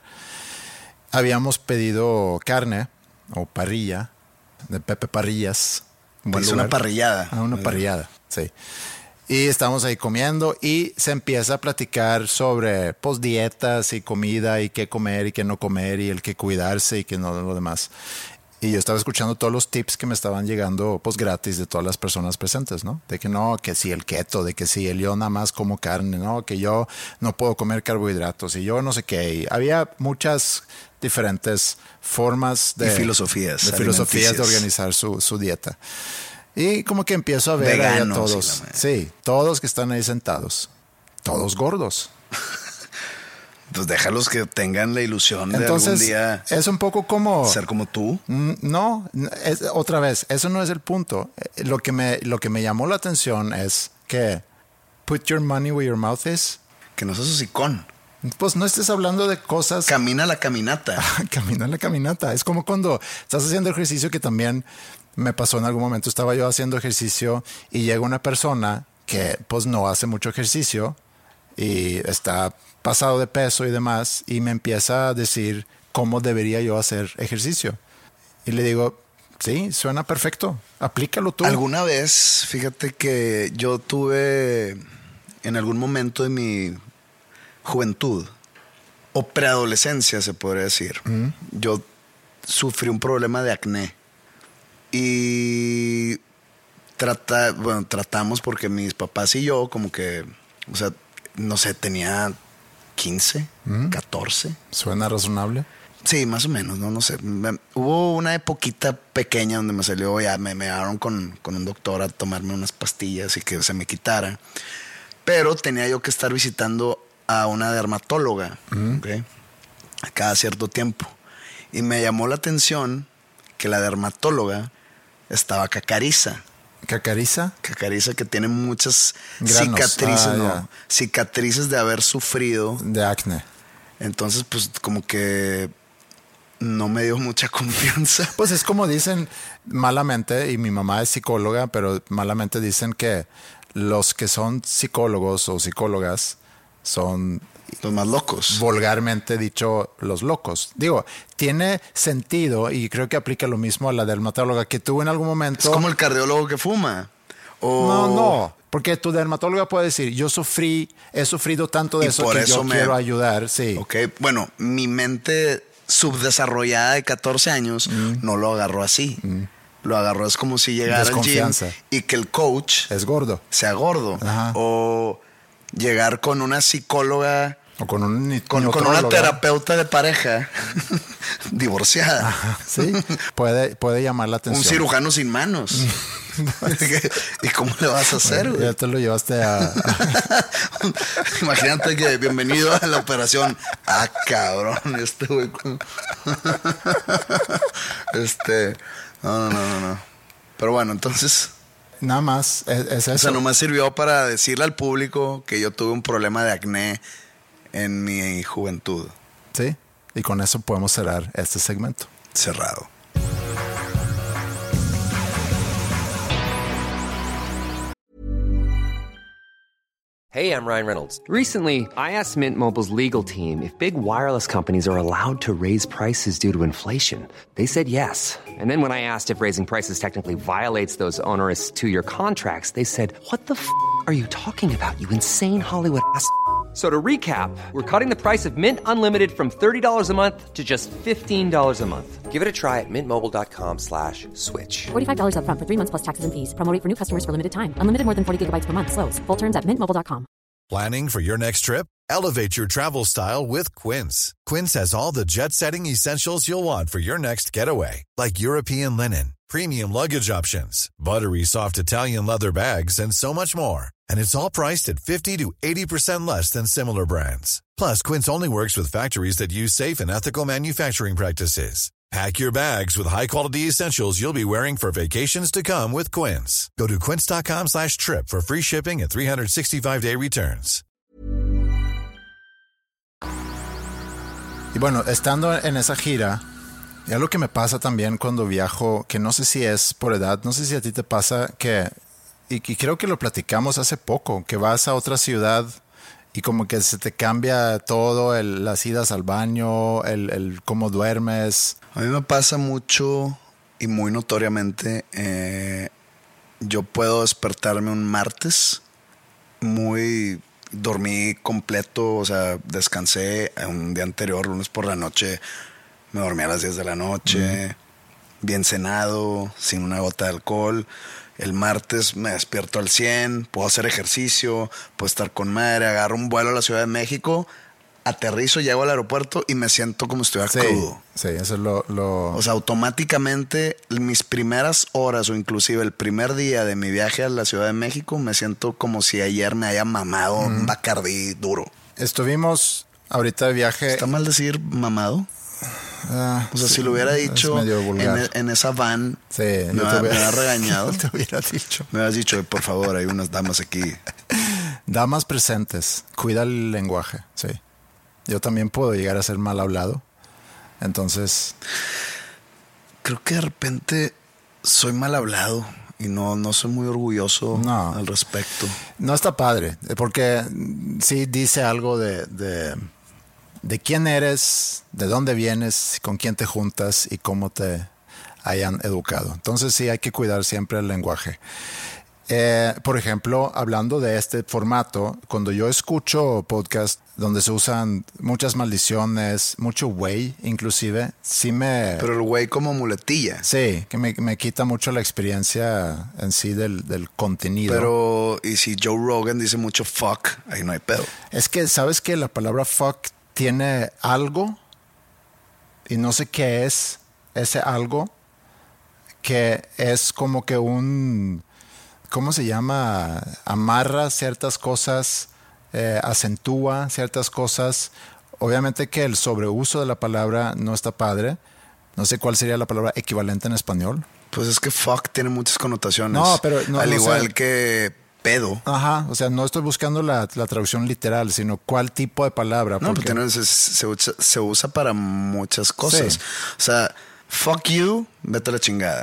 Speaker 5: Habíamos pedido carne o parrilla de Pepe Parrillas.
Speaker 6: Hice una parrillada.
Speaker 5: Una parrillada, sí. Y estamos ahí comiendo y se empieza a platicar sobre pues, dietas y comida y qué comer y qué no comer y el que cuidarse y que no lo demás. Y yo estaba escuchando todos los tips que me estaban llegando pues gratis de todas las personas presentes, ¿no? De que no, que si el keto, de que si el yo nada más como carne, ¿no? Que yo no puedo comer carbohidratos y yo no sé qué. Y había muchas diferentes formas de...
Speaker 6: Y filosofías.
Speaker 5: De filosofías de organizar su dieta. Y como que empiezo a ver
Speaker 6: Veganos,
Speaker 5: ahí a todos. Sí, todos que están ahí sentados. Todos gordos.
Speaker 6: Pues déjalos que tengan la ilusión
Speaker 5: Entonces,
Speaker 6: de algún día
Speaker 5: es un poco como...
Speaker 6: ser como tú.
Speaker 5: No, otra vez, eso no es el punto. Lo que me llamó la atención es que put your money where your mouth is.
Speaker 6: Que no seas hocicón.
Speaker 5: Pues no estés hablando de cosas...
Speaker 6: Camina la caminata.
Speaker 5: Camina la caminata. Es como cuando estás haciendo ejercicio, que también me pasó en algún momento. Estaba yo haciendo ejercicio y llega una persona que pues no hace mucho ejercicio y está pasado de peso y demás, y me empieza a decir cómo debería yo hacer ejercicio. Y le digo, sí, suena perfecto, aplícalo tú.
Speaker 6: Alguna vez, fíjate que yo tuve en algún momento de mi juventud o preadolescencia, se podría decir, yo sufrí un problema de acné y tratamos porque mis papás y yo como que, o sea, no sé, tenía 15, 14.
Speaker 5: ¿Suena razonable?
Speaker 6: Sí, más o menos, no sé. Hubo una epoquita pequeña donde me salió, ya me llevaron con un doctor a tomarme unas pastillas y que se me quitara. Pero tenía yo que estar visitando a una dermatóloga, ¿okay? Cada cierto tiempo. Y me llamó la atención que la dermatóloga estaba cacariza.
Speaker 5: ¿Cacariza?
Speaker 6: Cacariza, que tiene muchas
Speaker 5: granos.
Speaker 6: Cicatrices, cicatrices de haber sufrido.
Speaker 5: De acné.
Speaker 6: Entonces, pues como que no me dio mucha confianza.
Speaker 5: Pues es como dicen malamente, y mi mamá es psicóloga, pero malamente dicen que los que son psicólogos o psicólogas son
Speaker 6: los más locos.
Speaker 5: Vulgarmente dicho, los locos. Digo, tiene sentido y creo que aplica lo mismo a la dermatóloga que tú en algún momento...
Speaker 6: Es como el cardiólogo que fuma.
Speaker 5: No. Porque tu dermatóloga puede decir, he sufrido tanto de eso que yo quiero ayudar. Sí.
Speaker 6: Ok, bueno, mi mente subdesarrollada de 14 años no lo agarró así. Lo agarró es como si llegara al gym y que el coach
Speaker 5: es gordo,
Speaker 6: sea gordo. Ajá. O llegar con una psicóloga
Speaker 5: o con
Speaker 6: una terapeuta de pareja divorciada.
Speaker 5: Ajá, sí, puede llamar la atención.
Speaker 6: Un cirujano sin manos. ¿Y cómo le vas a hacer?
Speaker 5: Ya te lo llevaste a...
Speaker 6: Imagínate que bienvenido a la operación. Ah, cabrón, güey. No. Pero bueno, entonces...
Speaker 5: Nada más, es eso.
Speaker 6: O sea, nomás sirvió para decirle al público que yo tuve un problema de acné en mi juventud.
Speaker 5: Sí, y con eso podemos cerrar este segmento.
Speaker 6: Cerrado.
Speaker 2: Hey, I'm Ryan Reynolds.
Speaker 7: Recently, I asked Mint Mobile's legal team if big wireless companies are allowed to raise prices due to inflation. They said yes. And then when I asked if raising prices technically violates those onerous two-year contracts, they said, "What the f*** are you talking about, you insane Hollywood ass?" So to recap, we're cutting the price of Mint Unlimited from $30 a month to just $15 a month.
Speaker 2: Give it a try at mintmobile.com/switch.
Speaker 8: $45 up front for 3 months plus taxes and fees. Promo rate for new customers for limited time. Unlimited more than 40 gigabytes per month. Slows full terms at mintmobile.com.
Speaker 9: Planning for your next trip? Elevate your travel style with Quince. Quince has all the jet-setting essentials you'll want for your next getaway, like European linen, premium luggage options, buttery soft Italian leather bags, and so much more. And it's all priced at 50 to 80% less than similar brands. Plus, Quince only works with factories that use safe and ethical manufacturing practices. Pack your bags with high-quality essentials you'll be wearing for vacations to come with Quince. Go to quince.com/trip for free shipping and 365-day returns.
Speaker 5: Y bueno, estando en esa gira, ya lo que me pasa también cuando viajo, que no sé si es por edad, no sé si a ti te pasa que, y creo que lo platicamos hace poco, que vas a otra ciudad y como que se te cambia todo, las idas al baño, el cómo duermes.
Speaker 6: A mí me pasa mucho y muy notoriamente, yo puedo despertarme un martes, dormí completo, o sea, descansé un día anterior, lunes por la noche, me dormí a las 10 de la noche, bien cenado, sin una gota de alcohol. El martes me despierto al 100, puedo hacer ejercicio, puedo estar con madre, agarro un vuelo a la Ciudad de México, aterrizo, llego al aeropuerto y me siento como si estuviera crudo.
Speaker 5: Sí, eso es lo...
Speaker 6: O sea, automáticamente mis primeras horas o inclusive el primer día de mi viaje a la Ciudad de México me siento como si ayer me haya mamado un Bacardí duro.
Speaker 5: Estuvimos ahorita de viaje...
Speaker 6: ¿Está mal decir mamado? O sea, sí, si lo hubiera dicho en esa van,
Speaker 5: sí,
Speaker 6: me hubiera regañado.
Speaker 5: Te hubiera dicho.
Speaker 6: Me hubieras dicho, por favor, hay unas damas aquí.
Speaker 5: Damas presentes, cuida el lenguaje, sí. Yo también puedo llegar a ser mal hablado. Entonces...
Speaker 6: Creo que de repente soy mal hablado. y no soy muy orgulloso al respecto.
Speaker 5: No está padre, porque sí dice algo de quién eres, de dónde vienes, con quién te juntas y cómo te hayan educado. Entonces sí hay que cuidar siempre el lenguaje. Por ejemplo, hablando de este formato, cuando yo escucho podcasts donde se usan muchas maldiciones, mucho güey inclusive, sí me...
Speaker 6: Pero el güey como muletilla.
Speaker 5: Sí, que me quita mucho la experiencia en sí del contenido.
Speaker 6: Pero, y si Joe Rogan dice mucho fuck, ahí no hay pedo.
Speaker 5: Es que, ¿sabes que la palabra fuck tiene algo? Y no sé qué es ese algo, que es como que un... ¿Cómo se llama? Amarra ciertas cosas, acentúa ciertas cosas. Obviamente que el sobreuso de la palabra no está padre. No sé cuál sería la palabra equivalente en español.
Speaker 6: Pues es que fuck tiene muchas connotaciones.
Speaker 5: No, pero no,
Speaker 6: al
Speaker 5: no
Speaker 6: igual
Speaker 5: sé.
Speaker 6: Que pedo.
Speaker 5: Ajá, o sea, no estoy buscando la traducción literal, sino cuál tipo de palabra.
Speaker 6: No,
Speaker 5: porque...
Speaker 6: pues se usa para muchas cosas.
Speaker 5: Sí.
Speaker 6: O sea, fuck you, vete a la chingada.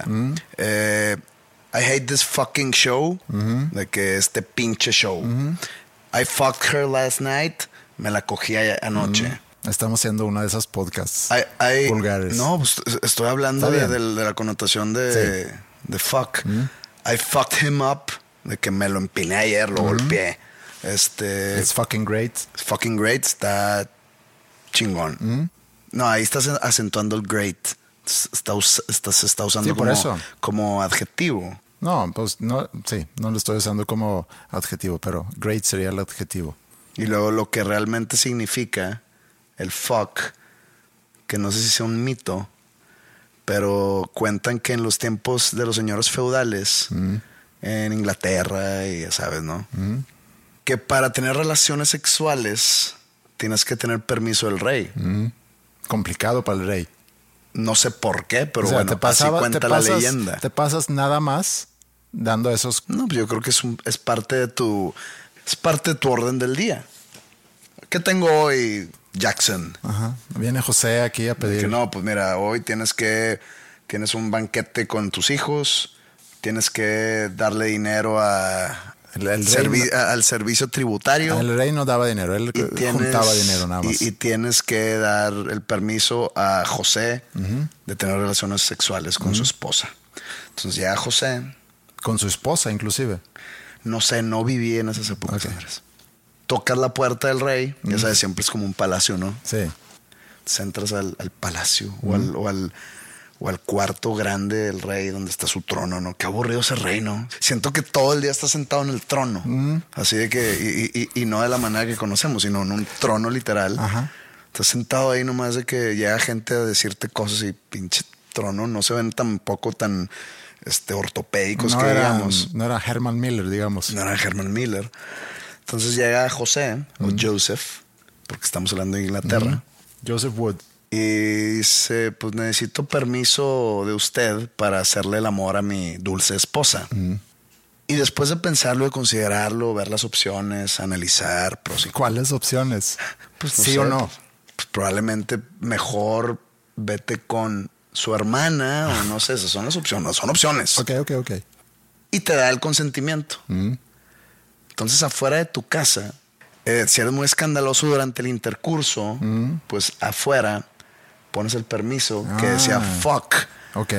Speaker 6: I hate this fucking show, de que este pinche show. I fucked her last night, me la cogí anoche.
Speaker 5: Estamos haciendo una de esas podcasts
Speaker 6: I
Speaker 5: vulgares.
Speaker 6: No, pues estoy hablando de la connotación de fuck. I fucked him up, de que me lo empiné ayer, lo golpeé.
Speaker 5: It's fucking great.
Speaker 6: It's fucking great, está chingón. No, ahí estás acentuando el great. Se está usando como adjetivo.
Speaker 5: No, pues no, sí, no lo estoy usando como adjetivo, pero great sería el adjetivo.
Speaker 6: Y luego lo que realmente significa el fuck, que no sé si sea un mito, pero cuentan que en los tiempos de los señores feudales, en Inglaterra y ya sabes, ¿no? Que para tener relaciones sexuales tienes que tener permiso del rey.
Speaker 5: Complicado para el rey.
Speaker 6: No sé por qué, pero
Speaker 5: o sea,
Speaker 6: bueno, así cuenta la leyenda.
Speaker 5: ¿Te pasas nada más dando esos?
Speaker 6: No, pues yo creo que es parte de tu orden del día. ¿Qué tengo hoy, Jackson?
Speaker 5: Ajá. Viene José aquí a pedir.
Speaker 6: Que no, pues mira, hoy tienes un banquete con tus hijos, tienes que darle dinero al servicio tributario.
Speaker 5: El rey no daba dinero, él juntaba dinero nada más.
Speaker 6: Y tienes que dar el permiso a José de tener relaciones sexuales con su esposa. Entonces ya José...
Speaker 5: Con su esposa inclusive.
Speaker 6: No sé, no viví en esas épocas. Okay. Tocas la puerta del rey, ya sabes, siempre es como un palacio, ¿no?
Speaker 5: Sí.
Speaker 6: Entonces entras al palacio o al cuarto grande del rey donde está su trono, ¿no? Qué aburrido ese rey, ¿no? Siento que todo el día está sentado en el trono. Así de que, y no de la manera que conocemos, sino en un trono literal.
Speaker 5: Ajá.
Speaker 6: Estás sentado ahí nomás de que llega gente a decirte cosas y pinche trono no se ven tampoco tan ortopédicos
Speaker 5: no
Speaker 6: que
Speaker 5: era,
Speaker 6: digamos.
Speaker 5: No era Herman Miller, digamos.
Speaker 6: No era Herman Miller. Entonces llega José o Joseph, porque estamos hablando de Inglaterra.
Speaker 5: Joseph Wood.
Speaker 6: Y dice, pues necesito permiso de usted para hacerle el amor a mi dulce esposa. Y después de pensarlo, de considerarlo, ver las opciones, analizar pros y
Speaker 5: ¿cuáles opciones?
Speaker 6: Pues
Speaker 5: no
Speaker 6: sí
Speaker 5: sé,
Speaker 6: o no. Pues probablemente mejor vete con su hermana o no sé, esas son las opciones. Son opciones.
Speaker 5: Ok.
Speaker 6: Y te da el consentimiento. Entonces afuera de tu casa, si eres muy escandaloso durante el intercurso, pues afuera pones el permiso que decía fuck.
Speaker 5: Ok.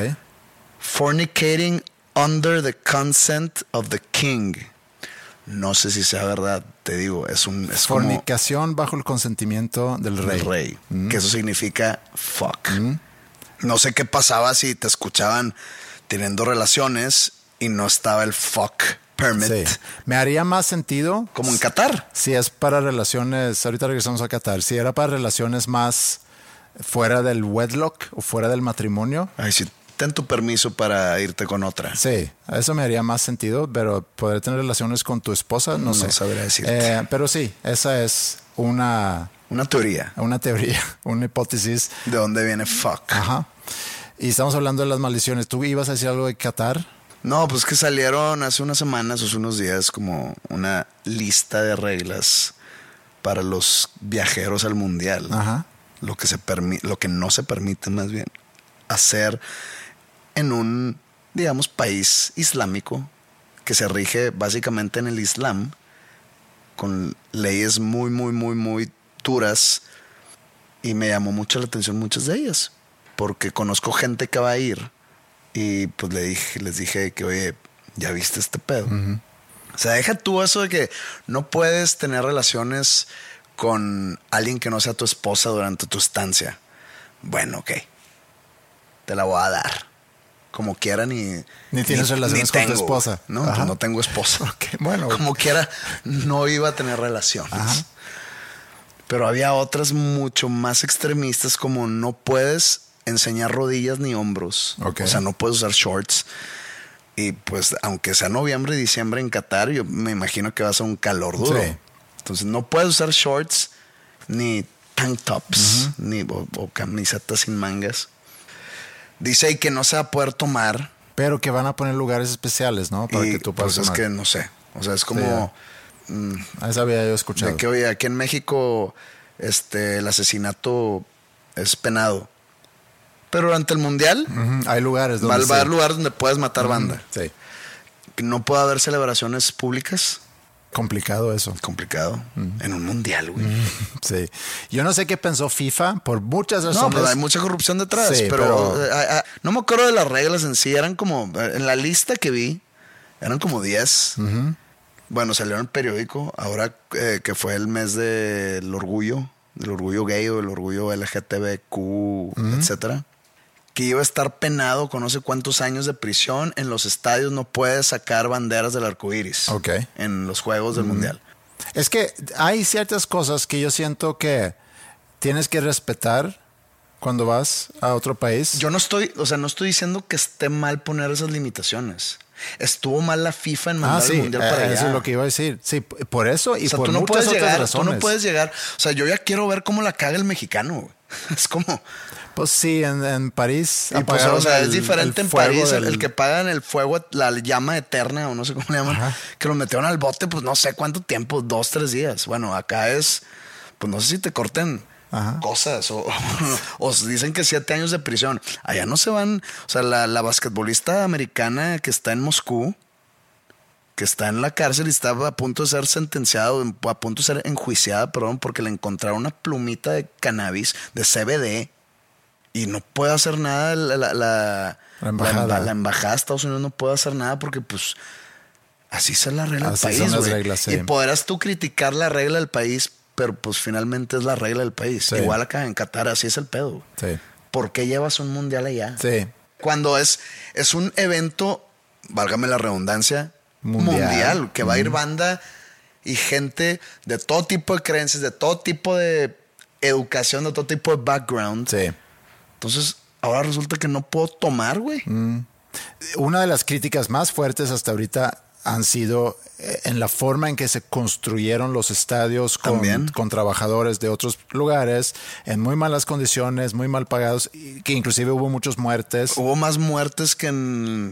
Speaker 6: Fornicating under the consent of the king. No sé si sea verdad, te digo, es
Speaker 5: fornicación bajo el consentimiento del rey.
Speaker 6: Que eso significa fuck. No sé qué pasaba si te escuchaban teniendo relaciones y no estaba el fuck permit.
Speaker 5: Sí. Me haría más sentido.
Speaker 6: Como en Qatar.
Speaker 5: Si es para relaciones, ahorita regresamos a Qatar, si era para relaciones más fuera del wedlock o fuera del matrimonio.
Speaker 6: Ay, sí, ten tu permiso para irte con otra.
Speaker 5: Sí, eso me haría más sentido, pero poder tener relaciones con tu esposa, no sé.
Speaker 6: No sabría decirte.
Speaker 5: Pero sí, esa es una
Speaker 6: teoría.
Speaker 5: Una hipótesis.
Speaker 6: ¿De dónde viene fuck?
Speaker 5: Ajá. Y estamos hablando de las maldiciones. ¿Tú ibas a decir algo de Qatar?
Speaker 6: No, pues que salieron hace unas semanas o hace unos días como una lista de reglas para los viajeros al mundial.
Speaker 5: Ajá.
Speaker 6: Lo que no se permite más bien hacer en un digamos, país islámico que se rige básicamente en el Islam, con leyes muy, muy, muy, muy duras, y me llamó mucho la atención muchas de ellas, porque conozco gente que va a ir y pues les dije que, oye, ¿ya viste este pedo? Uh-huh. O sea, deja tú eso de que no puedes tener relaciones con alguien que no sea tu esposa durante tu estancia. Bueno, ok, te la voy a dar. Como quiera, ni
Speaker 5: tienes relaciones con tu esposa.
Speaker 6: No, pues no tengo esposa.
Speaker 5: Okay, bueno.
Speaker 6: Como quiera, no iba a tener relaciones. Ajá. Pero había otras mucho más extremistas, como no puedes enseñar rodillas ni hombros. Okay. O sea, no puedes usar shorts. Y pues, aunque sea noviembre y diciembre en Qatar, yo me imagino que va a ser un calor duro. Sí. Entonces, no puedes usar shorts ni tank tops, ni o camisetas sin mangas. Dice que no se va a poder tomar.
Speaker 5: Pero que van a poner lugares especiales, ¿no? Para que tú puedas
Speaker 6: tomar. Pues es que no sé. O sea, es como...
Speaker 5: Sí, eso había yo escuchado.
Speaker 6: De que, oye, aquí en México el asesinato es penado. Pero durante el Mundial...
Speaker 5: hay lugares donde...
Speaker 6: Va a haber lugares donde puedes matar banda.
Speaker 5: Sí.
Speaker 6: No puede haber celebraciones públicas.
Speaker 5: Complicado eso.
Speaker 6: Complicado. En un mundial, güey.
Speaker 5: Sí. Yo no sé qué pensó FIFA por muchas razones.
Speaker 6: No, pero hay mucha corrupción detrás. Sí, pero no me acuerdo de las reglas en sí. Eran como... En la lista que vi, eran como 10. Bueno, salió en el periódico. Ahora que fue el mes del orgullo gay o el orgullo LGTBQ, etcétera. Que iba a estar penado con no sé cuántos años de prisión. En los estadios no puedes sacar banderas del arco iris.
Speaker 5: Okay.
Speaker 6: En los juegos del mundial.
Speaker 5: Es que hay ciertas cosas que yo siento que tienes que respetar cuando vas a otro país.
Speaker 6: Yo no estoy diciendo que esté mal poner esas limitaciones. Estuvo mal la FIFA en mandar el mundial para allá.
Speaker 5: Eso es lo que iba a decir. Sí, por eso y por
Speaker 6: no
Speaker 5: muchas otras razones.
Speaker 6: Tú no puedes llegar. O sea, yo ya quiero ver cómo la caga el mexicano. Es como...
Speaker 5: Pues sí, en París.
Speaker 6: Y pues, o sea, es diferente en París. El que pagan el fuego, la llama eterna, o no sé cómo le llaman, que lo metieron al bote, pues no sé cuánto tiempo, 2-3 días. Bueno, acá es, pues no sé si te corten cosas o dicen que 7 años de prisión. Allá no se van. O sea, la basquetbolista americana que está en Moscú, que está en la cárcel y está a punto de ser sentenciado, a punto de ser enjuiciada, porque le encontraron una plumita de cannabis, de CBD. Y no puede hacer nada la embajada de Estados Unidos no puede hacer nada porque pues así es la regla del país, güey. Sí. Y podrás tú criticar la regla del país, pero pues finalmente es la regla del país. Sí. Igual acá en Qatar así es el pedo.
Speaker 5: Sí.
Speaker 6: ¿Por qué llevas un mundial allá?
Speaker 5: Sí.
Speaker 6: Cuando es un evento, válgame la redundancia, mundial que va a ir banda y gente de todo tipo de creencias, de todo tipo de educación, de todo tipo de background.
Speaker 5: Sí.
Speaker 6: Entonces, ahora resulta que no puedo tomar, güey.
Speaker 5: Una de las críticas más fuertes hasta ahorita han sido en la forma en que se construyeron los estadios con trabajadores de otros lugares, en muy malas condiciones, muy mal pagados, que inclusive hubo muchas muertes.
Speaker 6: Hubo más muertes que en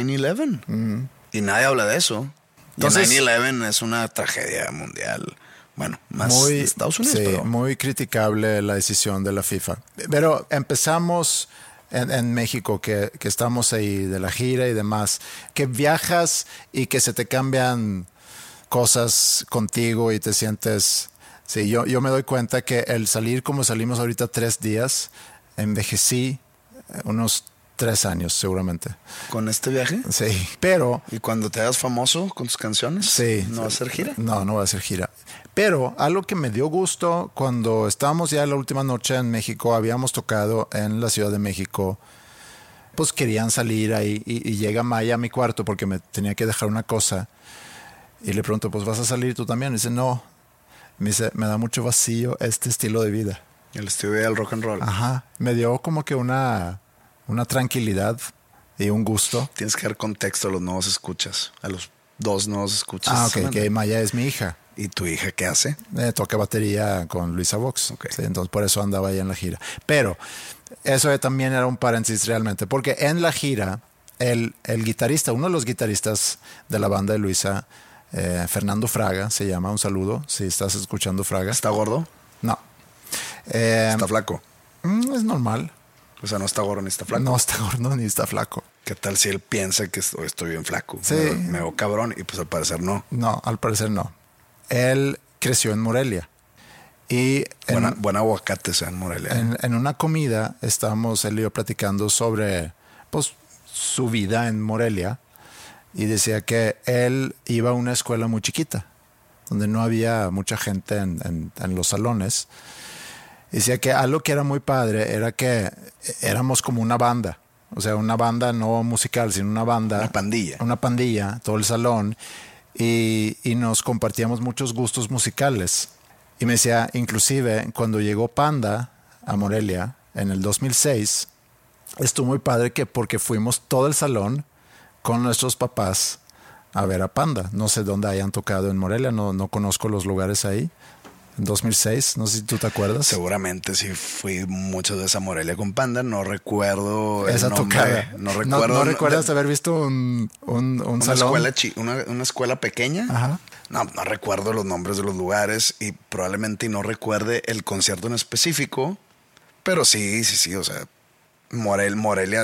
Speaker 6: 9/11. Y nadie habla de eso. Entonces, 9/11 es una tragedia mundial. Bueno, más de Estados Unidos.
Speaker 5: Sí,
Speaker 6: pero...
Speaker 5: muy criticable la decisión de la FIFA. Pero empezamos en México, que estamos ahí de la gira y demás, que viajas y que se te cambian cosas contigo y te sientes... Sí, yo me doy cuenta que el salir como salimos ahorita 3 días, envejecí unos 3 años seguramente.
Speaker 6: ¿Con este viaje?
Speaker 5: Sí, pero...
Speaker 6: ¿Y cuando te hagas famoso con tus canciones?
Speaker 5: Sí.
Speaker 6: ¿No va a hacer gira?
Speaker 5: No va a hacer gira. Pero algo que me dio gusto, cuando estábamos ya la última noche en México, habíamos tocado en la Ciudad de México, pues querían salir ahí y llega Maya a mi cuarto porque me tenía que dejar una cosa. Y le pregunto, pues ¿vas a salir tú también? Y dice, no. Me dice, me da mucho vacío este estilo de vida.
Speaker 6: El estilo de vida del rock and roll.
Speaker 5: Ajá. Me dio como que una tranquilidad y un gusto.
Speaker 6: Tienes que dar contexto a los nuevos escuchas, a los 2 nuevos escuchas.
Speaker 5: Ah, ok, que Maya es mi hija.
Speaker 6: ¿Y tu hija qué hace?
Speaker 5: Toca batería con Luisa Vox.
Speaker 6: Okay.
Speaker 5: Sí, entonces por eso andaba ahí en la gira. Pero eso también era un paréntesis realmente, porque en la gira el guitarrista, uno de los guitarristas de la banda de Luisa, Fernando Fraga, se llama, un saludo si estás escuchando, Fraga.
Speaker 6: ¿Está gordo?
Speaker 5: No.
Speaker 6: ¿Está flaco?
Speaker 5: Es normal.
Speaker 6: O sea, no está gordo ni está flaco.
Speaker 5: No está gordo ni está flaco.
Speaker 6: ¿Qué tal si él piensa que estoy bien flaco?
Speaker 5: Sí.
Speaker 6: Me veo cabrón y pues al parecer no.
Speaker 5: No, al parecer no. Él creció en Morelia. Y
Speaker 6: buen aguacate sea en Morelia.
Speaker 5: En una comida estábamos él y yo platicando sobre pues, su vida en Morelia. Y decía que él iba a una escuela muy chiquita, donde no había mucha gente en los salones. Decía que algo que era muy padre era que éramos como una banda. O sea, una banda no musical, sino una banda.
Speaker 6: Una pandilla.
Speaker 5: Una pandilla, todo el salón. Y nos compartíamos muchos gustos musicales. Y me decía, inclusive, cuando llegó Panda a Morelia en el 2006, estuvo muy padre porque fuimos todo el salón con nuestros papás a ver a Panda. No sé dónde hayan tocado en Morelia, no conozco los lugares ahí. En 2006, no sé si tú te acuerdas.
Speaker 6: Seguramente sí fui muchas veces a Morelia con Panda, no recuerdo
Speaker 5: esa
Speaker 6: el nombre.
Speaker 5: Tocada. ¿No recuerdas haber visto un salón?
Speaker 6: Una escuela pequeña.
Speaker 5: Ajá.
Speaker 6: No recuerdo los nombres de los lugares y probablemente no recuerde el concierto en específico, pero sí, o sea, Morelia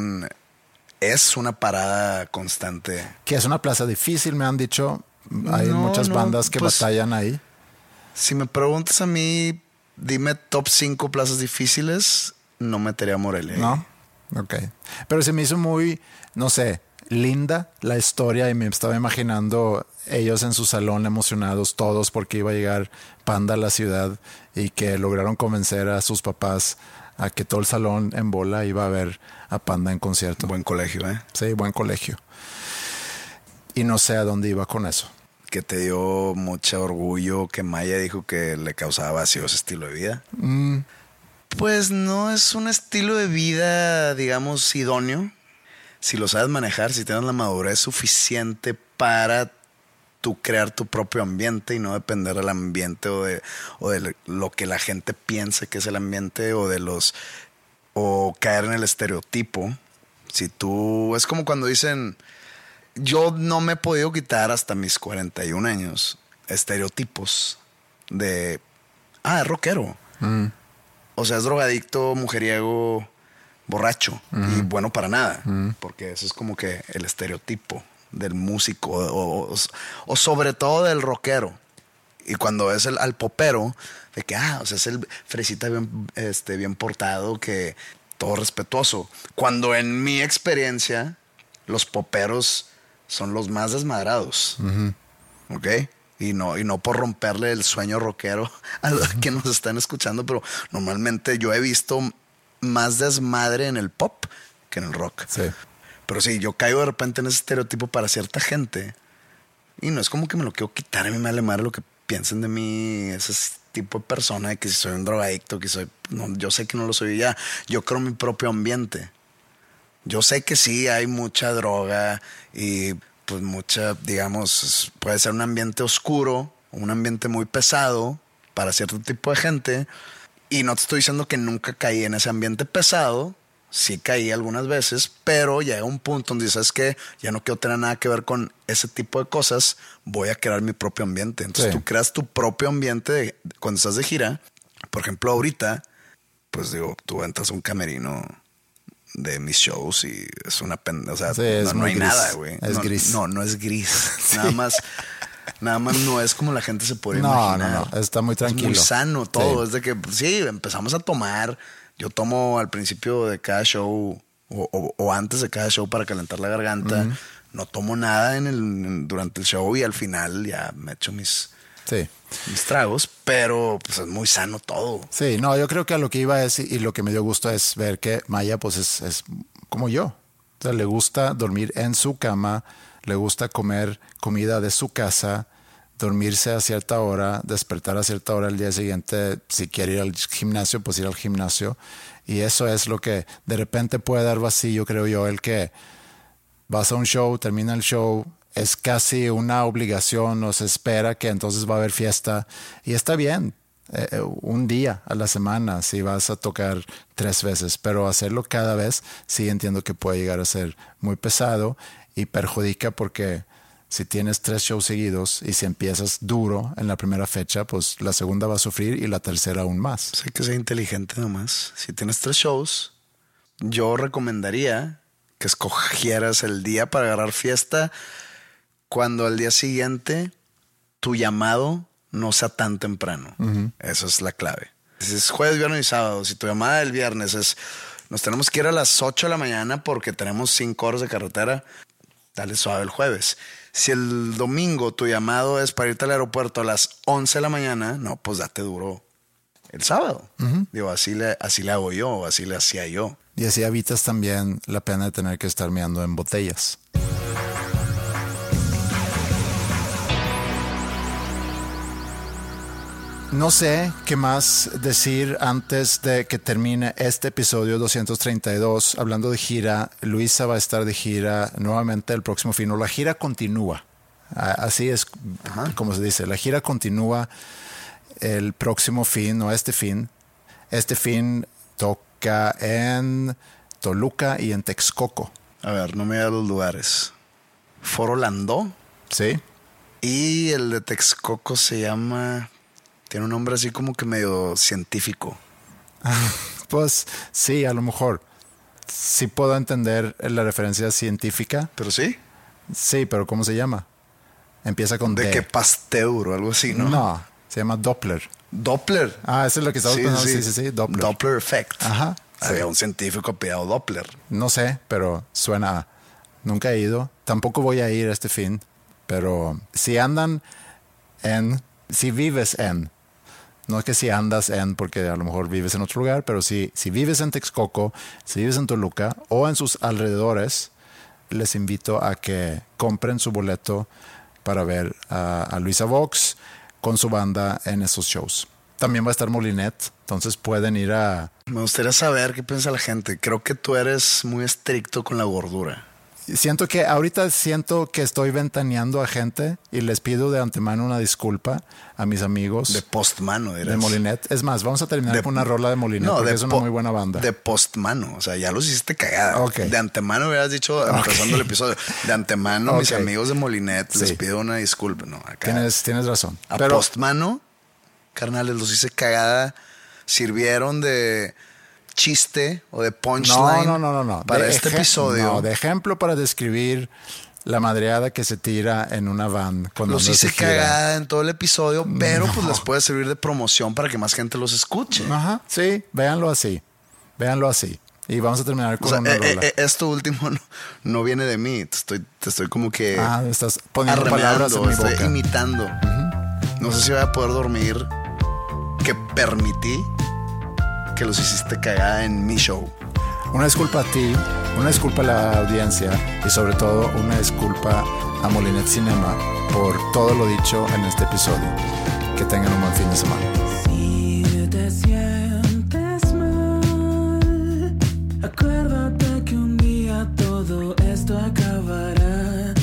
Speaker 6: es una parada constante.
Speaker 5: Que es una plaza difícil, me han dicho. Hay muchas bandas que batallan ahí.
Speaker 6: Si me preguntas a mí, dime top 5 plazas difíciles, no metería a Morelia.
Speaker 5: No, ok. Pero se me hizo muy, no sé, linda la historia y me estaba imaginando ellos en su salón emocionados todos porque iba a llegar Panda a la ciudad y que lograron convencer a sus papás a que todo el salón en bola iba a ver a Panda en concierto.
Speaker 6: Buen colegio, ¿eh?
Speaker 5: Sí, buen colegio. Y no sé a dónde iba con eso.
Speaker 6: Que te dio mucho orgullo que Maya dijo que le causaba vacío ese estilo de vida. Pues no es un estilo de vida, digamos, idóneo. Si lo sabes manejar, si tienes la madurez suficiente para tú crear tu propio ambiente y no depender del ambiente o de lo que la gente piense que es el ambiente o caer en el estereotipo. Si tú, es como cuando dicen, yo no me he podido quitar hasta mis 41 años estereotipos de, es rockero. O sea, es drogadicto, mujeriego, borracho y bueno para nada. Porque eso es como que el estereotipo del músico o sobre todo del rockero. Y cuando ves al popero, de que, o sea, es el fresita bien portado, que todo respetuoso. Cuando en mi experiencia, los poperos son los más desmadrados. ¿Ok? Y no por romperle el sueño rockero a los que nos están escuchando, pero normalmente yo he visto más desmadre en el pop que en el rock.
Speaker 5: Sí.
Speaker 6: Pero sí, yo caigo de repente en ese estereotipo para cierta gente y no es como que me lo quiero quitar. A mí me vale madre lo que piensen de mí, ese tipo de persona, de que si soy un drogadicto, que soy... No, yo sé que no lo soy ya. Yo creo mi propio ambiente. Yo sé que sí hay mucha droga y pues mucha, digamos, puede ser un ambiente oscuro, un ambiente muy pesado para cierto tipo de gente. Y no te estoy diciendo que nunca caí en ese ambiente pesado. Sí caí algunas veces, pero llega un punto donde dices que ya no quiero tener nada que ver con ese tipo de cosas. Voy a crear mi propio ambiente. Entonces tú creas tu propio ambiente cuando estás de gira. Por ejemplo, ahorita, pues digo, tú entras a un camerino de mis shows y es una o sea, no hay gris. Nada, güey.
Speaker 5: Es gris.
Speaker 6: No es gris. Sí. Nada más no es como la gente se puede imaginar.
Speaker 5: No, está muy tranquilo.
Speaker 6: Es muy sano todo. Sí. Es de que, sí, empezamos a tomar. Yo tomo al principio de cada show o antes de cada show para calentar la garganta. No tomo nada durante el show y al final ya me echo mis tragos, pero pues es muy sano todo.
Speaker 5: Sí, no, yo creo que a lo que iba es, y lo que me dio gusto es ver que Maya pues es como yo. O sea, le gusta dormir en su cama, le gusta comer comida de su casa, dormirse a cierta hora, despertar a cierta hora el día siguiente, si quiere ir al gimnasio, pues ir al gimnasio. Y eso es lo que de repente puede dar vacío, creo yo, el que vas a un show, termina el show, es casi una obligación, o se espera que entonces va a haber fiesta. Y está bien, un día a la semana, si vas a tocar 3 veces, pero hacerlo cada vez, sí entiendo que puede llegar a ser muy pesado y perjudica porque... Si tienes 3 shows seguidos y si empiezas duro en la primera fecha, pues la segunda va a sufrir y la tercera aún más.
Speaker 6: Hay que ser inteligente nomás. Si tienes 3 shows, yo recomendaría que escogieras el día para agarrar fiesta cuando al día siguiente tu llamado no sea tan temprano. Esa es la clave. Si es jueves, viernes y sábado, si tu llamada del viernes es nos tenemos que ir a las 8 de la mañana porque tenemos 5 horas de carretera, dale suave el jueves. Si el domingo tu llamado es para irte al aeropuerto a las 11 de la mañana, no, pues date duro el sábado. Digo, así le hago yo, así le hacía yo.
Speaker 5: Y así evitas también la pena de tener que estar meando en botellas. No sé qué más decir antes de que termine este episodio 232. Hablando de gira, Luisa va a estar de gira nuevamente el próximo fin. La gira continúa. Así es como se dice. La gira continúa el próximo fin, o este fin. Este fin toca en Toluca y en Texcoco.
Speaker 6: A ver, no me da los lugares. Foro Landó.
Speaker 5: Sí.
Speaker 6: Y el de Texcoco se llama... Tiene un nombre así como que medio científico.
Speaker 5: Pues sí, a lo mejor. Sí puedo entender la referencia científica.
Speaker 6: ¿Pero sí?
Speaker 5: Sí, pero ¿cómo se llama? Empieza con D.
Speaker 6: ¿De qué Pasteur o algo así, no?
Speaker 5: No, se llama Doppler.
Speaker 6: ¿Doppler?
Speaker 5: Ah, eso es lo que estamos pensando. Sí, Doppler.
Speaker 6: Doppler effect.
Speaker 5: Ajá.
Speaker 6: Había un científico apellidado Doppler.
Speaker 5: No sé, pero suena... Nunca he ido. Tampoco voy a ir este fin. Pero si andan en... Si vives en... No es que si andas en, porque a lo mejor vives en otro lugar, pero si vives en Texcoco, si vives en Toluca o en sus alrededores, les invito a que compren su boleto para ver a Luisa Vox con su banda en esos shows. También va a estar Molinet, entonces pueden ir a...
Speaker 6: Me gustaría saber qué piensa la gente. Creo que tú eres muy estricto con la gordura.
Speaker 5: Ahorita siento que estoy ventaneando a gente y les pido de antemano una disculpa a mis amigos.
Speaker 6: De Postmano, eres.
Speaker 5: De Molinet. Es más, vamos a terminar con una rola de Molinet porque es una muy buena banda.
Speaker 6: De Postmano, o sea, ya los hiciste cagada.
Speaker 5: Okay.
Speaker 6: De antemano hubieras dicho, empezando el episodio, de antemano mis amigos de Molinet les pido una disculpa. No, acá.
Speaker 5: Tienes razón.
Speaker 6: Pero Postmano, carnales, los hice cagada, sirvieron de... chiste o de punchline
Speaker 5: no.
Speaker 6: Para este episodio.
Speaker 5: No, de ejemplo para describir la madreada que se tira en una van.
Speaker 6: Los hice cagada en todo el episodio, pero pues les puede servir de promoción para que más gente los escuche.
Speaker 5: Ajá, sí, véanlo así. Y vamos a terminar con una rola.
Speaker 6: Esto último no viene de mí. Te estoy como que...
Speaker 5: estás poniendo palabras en mi boca.
Speaker 6: Estoy imitando. No sé si voy a poder dormir. Que permití que los hiciste cagada en mi show.
Speaker 5: Una disculpa a ti, una disculpa a la audiencia y sobre todo una disculpa a Molinet Cinema por todo lo dicho en este episodio. Que tengan un buen fin de semana.
Speaker 10: Si te sientes mal, acuérdate que un día todo esto acabará.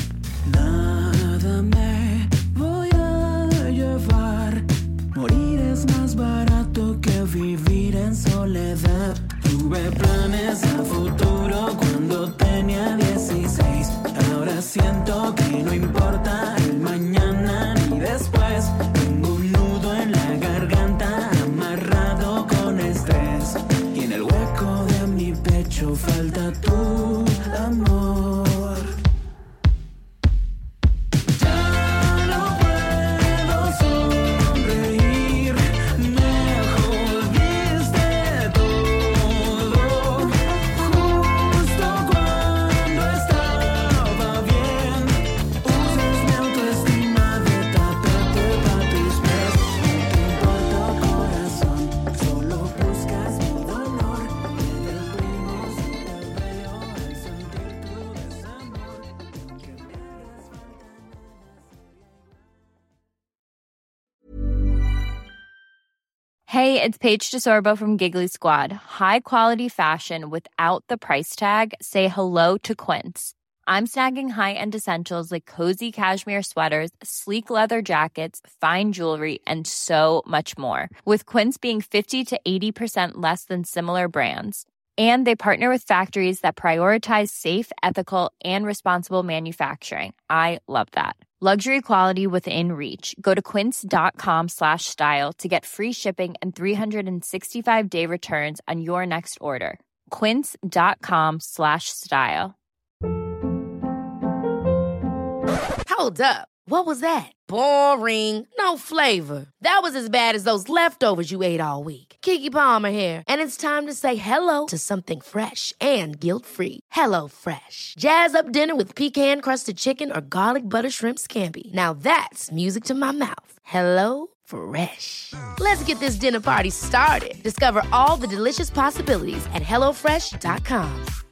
Speaker 10: Nada me voy a llevar. Morir es más barato que vivir en soledad. Tuve planes a futuro cuando tenía 16. Ahora siento que no importa el mañana ni después. Tengo un nudo en la garganta amarrado con estrés. Y en el hueco de mi pecho falta tu amor.
Speaker 11: Hey, it's Paige DeSorbo from Giggly Squad. High quality fashion without the price tag. Say hello to Quince. I'm snagging high-end essentials like cozy cashmere sweaters, sleek leather jackets, fine jewelry, and so much more. With Quince being 50 to 80% less than similar brands. And they partner with factories that prioritize safe, ethical, and responsible manufacturing. I love that. Luxury quality within reach. Go to quince.com/style to get free shipping and 365-day returns on your next order. Quince.com/style.
Speaker 12: Hold up. What was that? Boring. No flavor. That was as bad as those leftovers you ate all week. Keke Palmer here, and it's time to say hello to something fresh and guilt-free. Hello Fresh. Jazz up dinner with pecan-crusted chicken or garlic butter shrimp scampi. Now that's music to my mouth. Hello Fresh. Let's get this dinner party started. Discover all the delicious possibilities at HelloFresh.com.